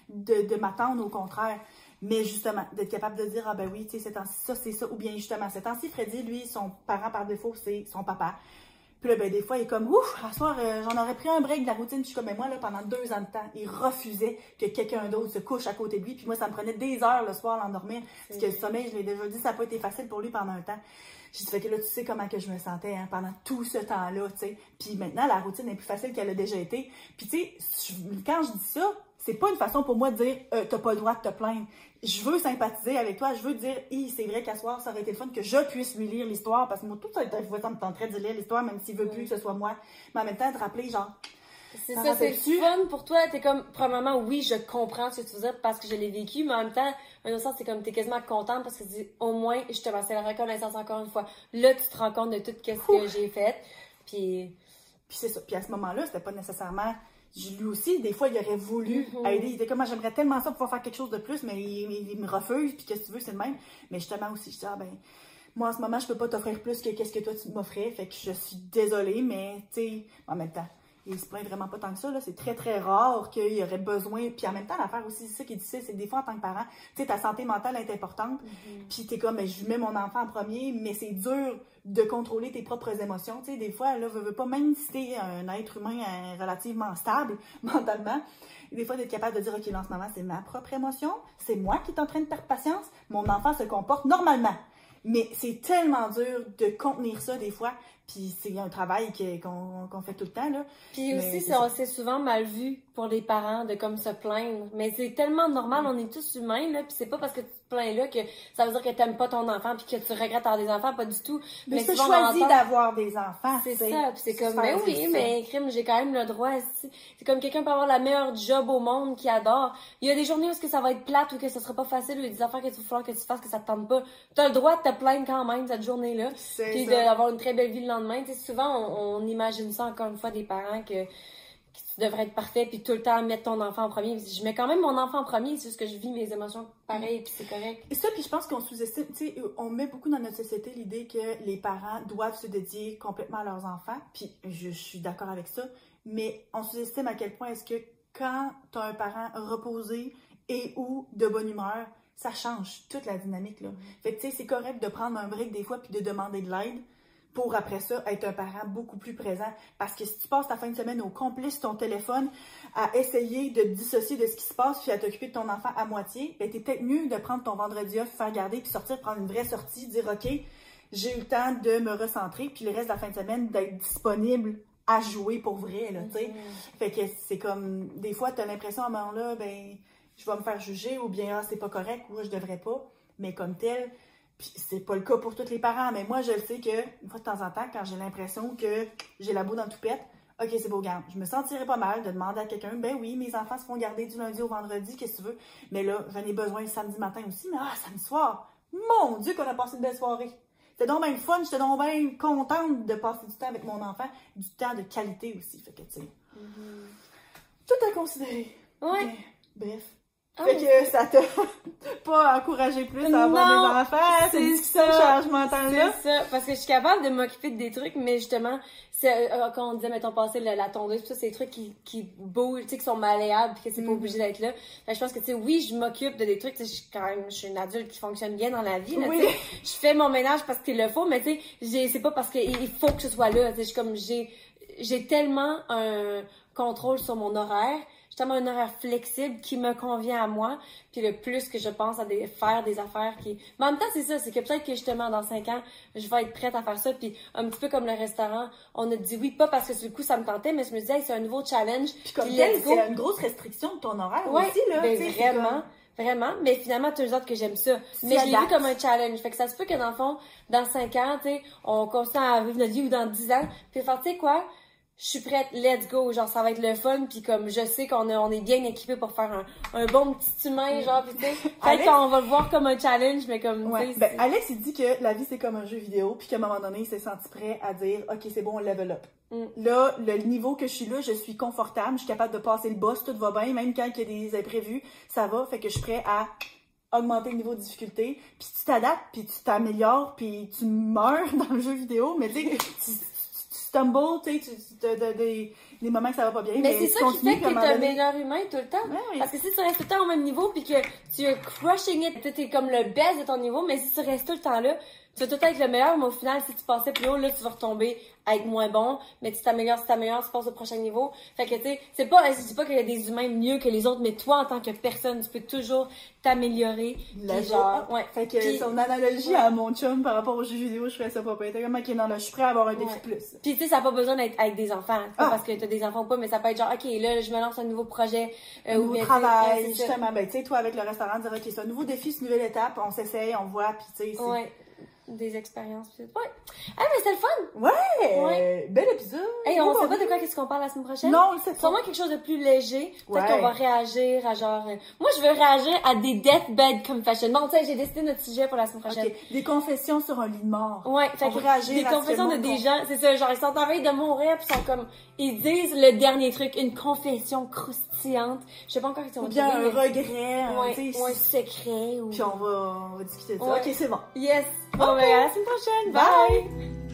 de m'attendre au contraire. Mais justement, d'être capable de dire, ah ben oui, tu sais, ça, c'est ça. Ou bien justement, ces temps-ci, Freddy, lui, son parent par défaut, c'est son papa. Puis là, ben des fois, il est comme, ouf, à soir, j'en aurais pris un break de la routine. Puis je suis comme, mais moi, là, pendant 2 ans de temps, il refusait que quelqu'un d'autre se couche à côté de lui. Puis moi, ça me prenait des heures le soir à l'endormir. Parce que le sommeil, je l'ai déjà dit, ça n'a pas été facile pour lui pendant un temps. J'ai dit, fait que là, tu sais comment que je me sentais hein, pendant tout ce temps-là, tu sais. Puis maintenant, la routine est plus facile qu'elle a déjà été. Puis tu sais, quand je dis ça, c'est pas une façon pour moi de dire, t'as pas le droit de te plaindre. Je veux sympathiser avec toi, je veux dire, c'est vrai qu'à soir, ça aurait été le fun que je puisse lui lire l'histoire, parce que moi, tout ça, ça me tenterait de lire l'histoire, même s'il veut plus que ce soit moi. Mais en même temps, de rappeler, genre, c'est ça, c'est fun pour toi. T'es comme, premièrement, oui, je comprends ce que tu veux dire parce que je l'ai vécu, mais en même temps, en un sens, c'est comme, t'es quasiment contente parce que tu dis, au moins, justement, c'est la reconnaissance encore une fois. Là, tu te rends compte de tout ce que j'ai fait. Puis c'est ça. Puis à ce moment-là, c'était pas nécessairement. Lui aussi, des fois, il aurait voulu aider. Il était comme, j'aimerais tellement ça pouvoir faire quelque chose de plus, mais il me refuse, puis qu'est-ce que tu veux, c'est le même. Mais justement aussi, je dis, ah ben, moi, en ce moment, je peux pas t'offrir plus que qu'est-ce que toi, tu m'offrais. Fait que je suis désolée, mais, tu sais, en même temps, il se plaint vraiment pas tant que ça, là. C'est très, très rare qu'il y aurait besoin. Puis en même temps, l'affaire aussi, c'est ça qui est difficile, c'est que des fois, en tant que parent, tu sais, ta santé mentale est importante. Puis t'es comme, je mets mon enfant en premier, mais c'est dur de contrôler tes propres émotions. Tu sais, des fois, là, veux pas, même si t'es un être humain relativement stable mentalement, des fois, d'être capable de dire, OK, là, en ce moment, c'est ma propre émotion, c'est moi qui est en train de perdre patience, mon enfant se comporte normalement. Mais c'est tellement dur de contenir ça des fois, puis c'est un travail qu'on fait tout le temps, là. Puis aussi, c'est souvent mal vu pour les parents de comme se plaindre. Mais c'est tellement normal, on est tous humains, là, puis c'est pas parce que tu te plains là que ça veut dire que t'aimes pas ton enfant puis que tu regrettes d'avoir des enfants, pas du tout. Mais tu choisis d'avoir des enfants. C'est ça, puis c'est comme, mais oui, mais crime, j'ai quand même le droit. C'est comme quelqu'un peut avoir la meilleure job au monde qu'il adore. Il y a des journées où est-ce que ça va être plate ou que ça sera pas facile ou il y a des affaires que tu vas falloir que tu fasses que ça te tente pas. T'as le droit de te plaindre quand même cette journée-là. Puis d'avoir une très belle vie le lendemain. Tu sais, souvent, on imagine ça encore une fois des parents que tu devrais être parfait puis tout le temps mettre ton enfant en premier. Je mets quand même mon enfant en premier, c'est juste que je vis mes émotions pareil puis c'est correct. Et ça, puis je pense qu'on sous-estime, tu sais, on met beaucoup dans notre société l'idée que les parents doivent se dédier complètement à leurs enfants, puis je suis d'accord avec ça, mais on sous-estime à quel point est-ce que quand tu as un parent reposé et ou de bonne humeur, ça change toute la dynamique, là. Fait que, tu sais, c'est correct de prendre un break des fois puis de demander de l'aide, pour après ça, être un parent beaucoup plus présent. Parce que si tu passes ta fin de semaine au complet sur ton téléphone à essayer de te dissocier de ce qui se passe puis à t'occuper de ton enfant à moitié, ben t'es peut-être mieux de prendre ton vendredi off, faire garder puis sortir, prendre une vraie sortie, dire OK, j'ai eu le temps de me recentrer puis le reste de la fin de semaine d'être disponible à jouer pour vrai, là, tu sais. Fait que c'est comme, des fois, t'as l'impression à un moment-là, ben, je vais me faire juger ou bien, c'est pas correct ou je devrais pas. Mais comme tel, puis c'est pas le cas pour tous les parents, mais moi, je le sais que, une fois de temps en temps, quand j'ai l'impression que j'ai la boue dans le toupette, OK, c'est beau, garde. Je me sentirais pas mal de demander à quelqu'un, ben oui, mes enfants se font garder du lundi au vendredi, qu'est-ce que tu veux? Mais là, j'en ai besoin le samedi matin aussi, mais samedi soir, mon Dieu qu'on a passé une belle soirée. C'était donc bien fun, j'étais donc bien contente de passer du temps avec mon enfant, du temps de qualité aussi, fait que, tu sais, tout à considérer. Ouais. Mais, bref. Fait que ça t'a pas encouragé plus à avoir des enfants, c'est ça, changement temps-là. C'est ça, parce que je suis capable de m'occuper des trucs, mais justement, c'est quand on disait, mettons, passer la tondeuse, tout ça, c'est des trucs qui bougent, tu sais, qui sont malléables, puis que c'est pas obligé d'être là. Fait que je pense que, tu sais, oui, je m'occupe de des trucs, tu sais, je suis une adulte qui fonctionne bien dans la vie, là, tu sais. Je fais mon ménage parce qu'il le faut, mais tu sais, c'est pas parce qu'il faut que ce soit là, tu sais, j'ai tellement un contrôle sur mon horaire, j'ai tellement un horaire flexible qui me convient à moi, puis le plus que je pense à faire des affaires qui... Mais en même temps, c'est ça, c'est que peut-être que justement, dans 5 ans, je vais être prête à faire ça, puis un petit peu comme le restaurant, on a dit oui, pas parce que sur le coup, ça me tentait, mais je me disais, hey, c'est un nouveau challenge. Puis comme tel, c'est une grosse restriction de ton horaire aussi, là. Ben vraiment. Vraiment, mais finalement, tu autres que j'aime ça. Mais je l'ai vu comme un challenge. Fait que ça se peut que dans le fond, dans 5 ans, tu sais, on continue à vivre notre vie ou dans 10 ans, puis faire, tu sais quoi, je suis prête, let's go, genre ça va être le fun, puis comme je sais on est bien équipés pour faire un bon petit humain, genre, puis tu sais, Alex... on va le voir comme un challenge, mais comme, ouais. Ben, Alex, il dit que la vie c'est comme un jeu vidéo, puis qu'à un moment donné, il s'est senti prêt à dire, OK, c'est bon, on level up. Là, le niveau que je suis là, je suis confortable, je suis capable de passer le boss, tout va bien, même quand il y a des imprévus, ça va, fait que je suis prêt à augmenter le niveau de difficulté, puis tu t'adaptes, puis tu t'améliores, puis tu meurs dans le jeu vidéo, mais tu sais, stumble, tu sais, des moments que ça va pas bien. Mais c'est ça qui continue, fait que puis à un t'es un moment donné- meilleur humain tout le temps. Ouais, oui. Parce que si tu restes tout le temps au même niveau puis que tu es crushing it, t'es comme le best de ton niveau, mais si tu restes tout le temps là, tu vas tout le temps être le meilleur, mais au final, si tu passais plus haut, là, tu vas retomber à être moins bon, mais tu t'améliores, tu passes au prochain niveau. Fait que, tu sais, je dis pas qu'il y a des humains mieux que les autres, mais toi, en tant que personne, tu peux toujours t'améliorer. La Puis genre, ouais. Fait que Puis- son analogie à mon chum par rapport aux jeux vidéo, je ferais ça pas pire. T'es comme, ok, non, là, je suis prêt à avoir un défi Ouais. plus. Puis tu sais, ça n'a pas besoin d'être avec des enfants. C'est pas Ah. parce que t'as des enfants ou pas, mais ça peut être genre, ok, là, je me lance un nouveau projet. Un nouveau bien, travail, tu sais, c'est ça. justement. Ben, tu sais, toi, avec le restaurant, dire, ok, c'est un nouveau défi, c'est une nouvelle étape, on s'essaye, on voit, puis tu sais, c'est... Ouais. Des expériences. Pis tout. Ouais. Ah, mais c'est le fun! Ouais! Ouais. Bel épisode! Hey, on Bon, sait pas de quoi qu'est-ce qu'on parle la semaine prochaine? Non, on le sait pas. Sûrement quelque chose de plus léger. Peut-être Ouais. qu'on va réagir à genre... Moi, je veux réagir à des deathbed confessions. Bon, tu sais, j'ai décidé notre sujet pour la semaine prochaine. Ok, des confessions sur un lit de mort. Ouais, fait On que va réagir des à ce que confessions le de monde des gens, c'est ça, genre ils sont en veille de mourir pis sont comme, ils disent le dernier truc, une confession croustillante. Je sais pas encore si on Ou bien un mais- regret, Ouais, tu ou un sais, secret ou... puis on va discuter de ça. Ouais. Ok, c'est bon. Yes! Bon, ben, à la semaine prochaine! Bye. Bye.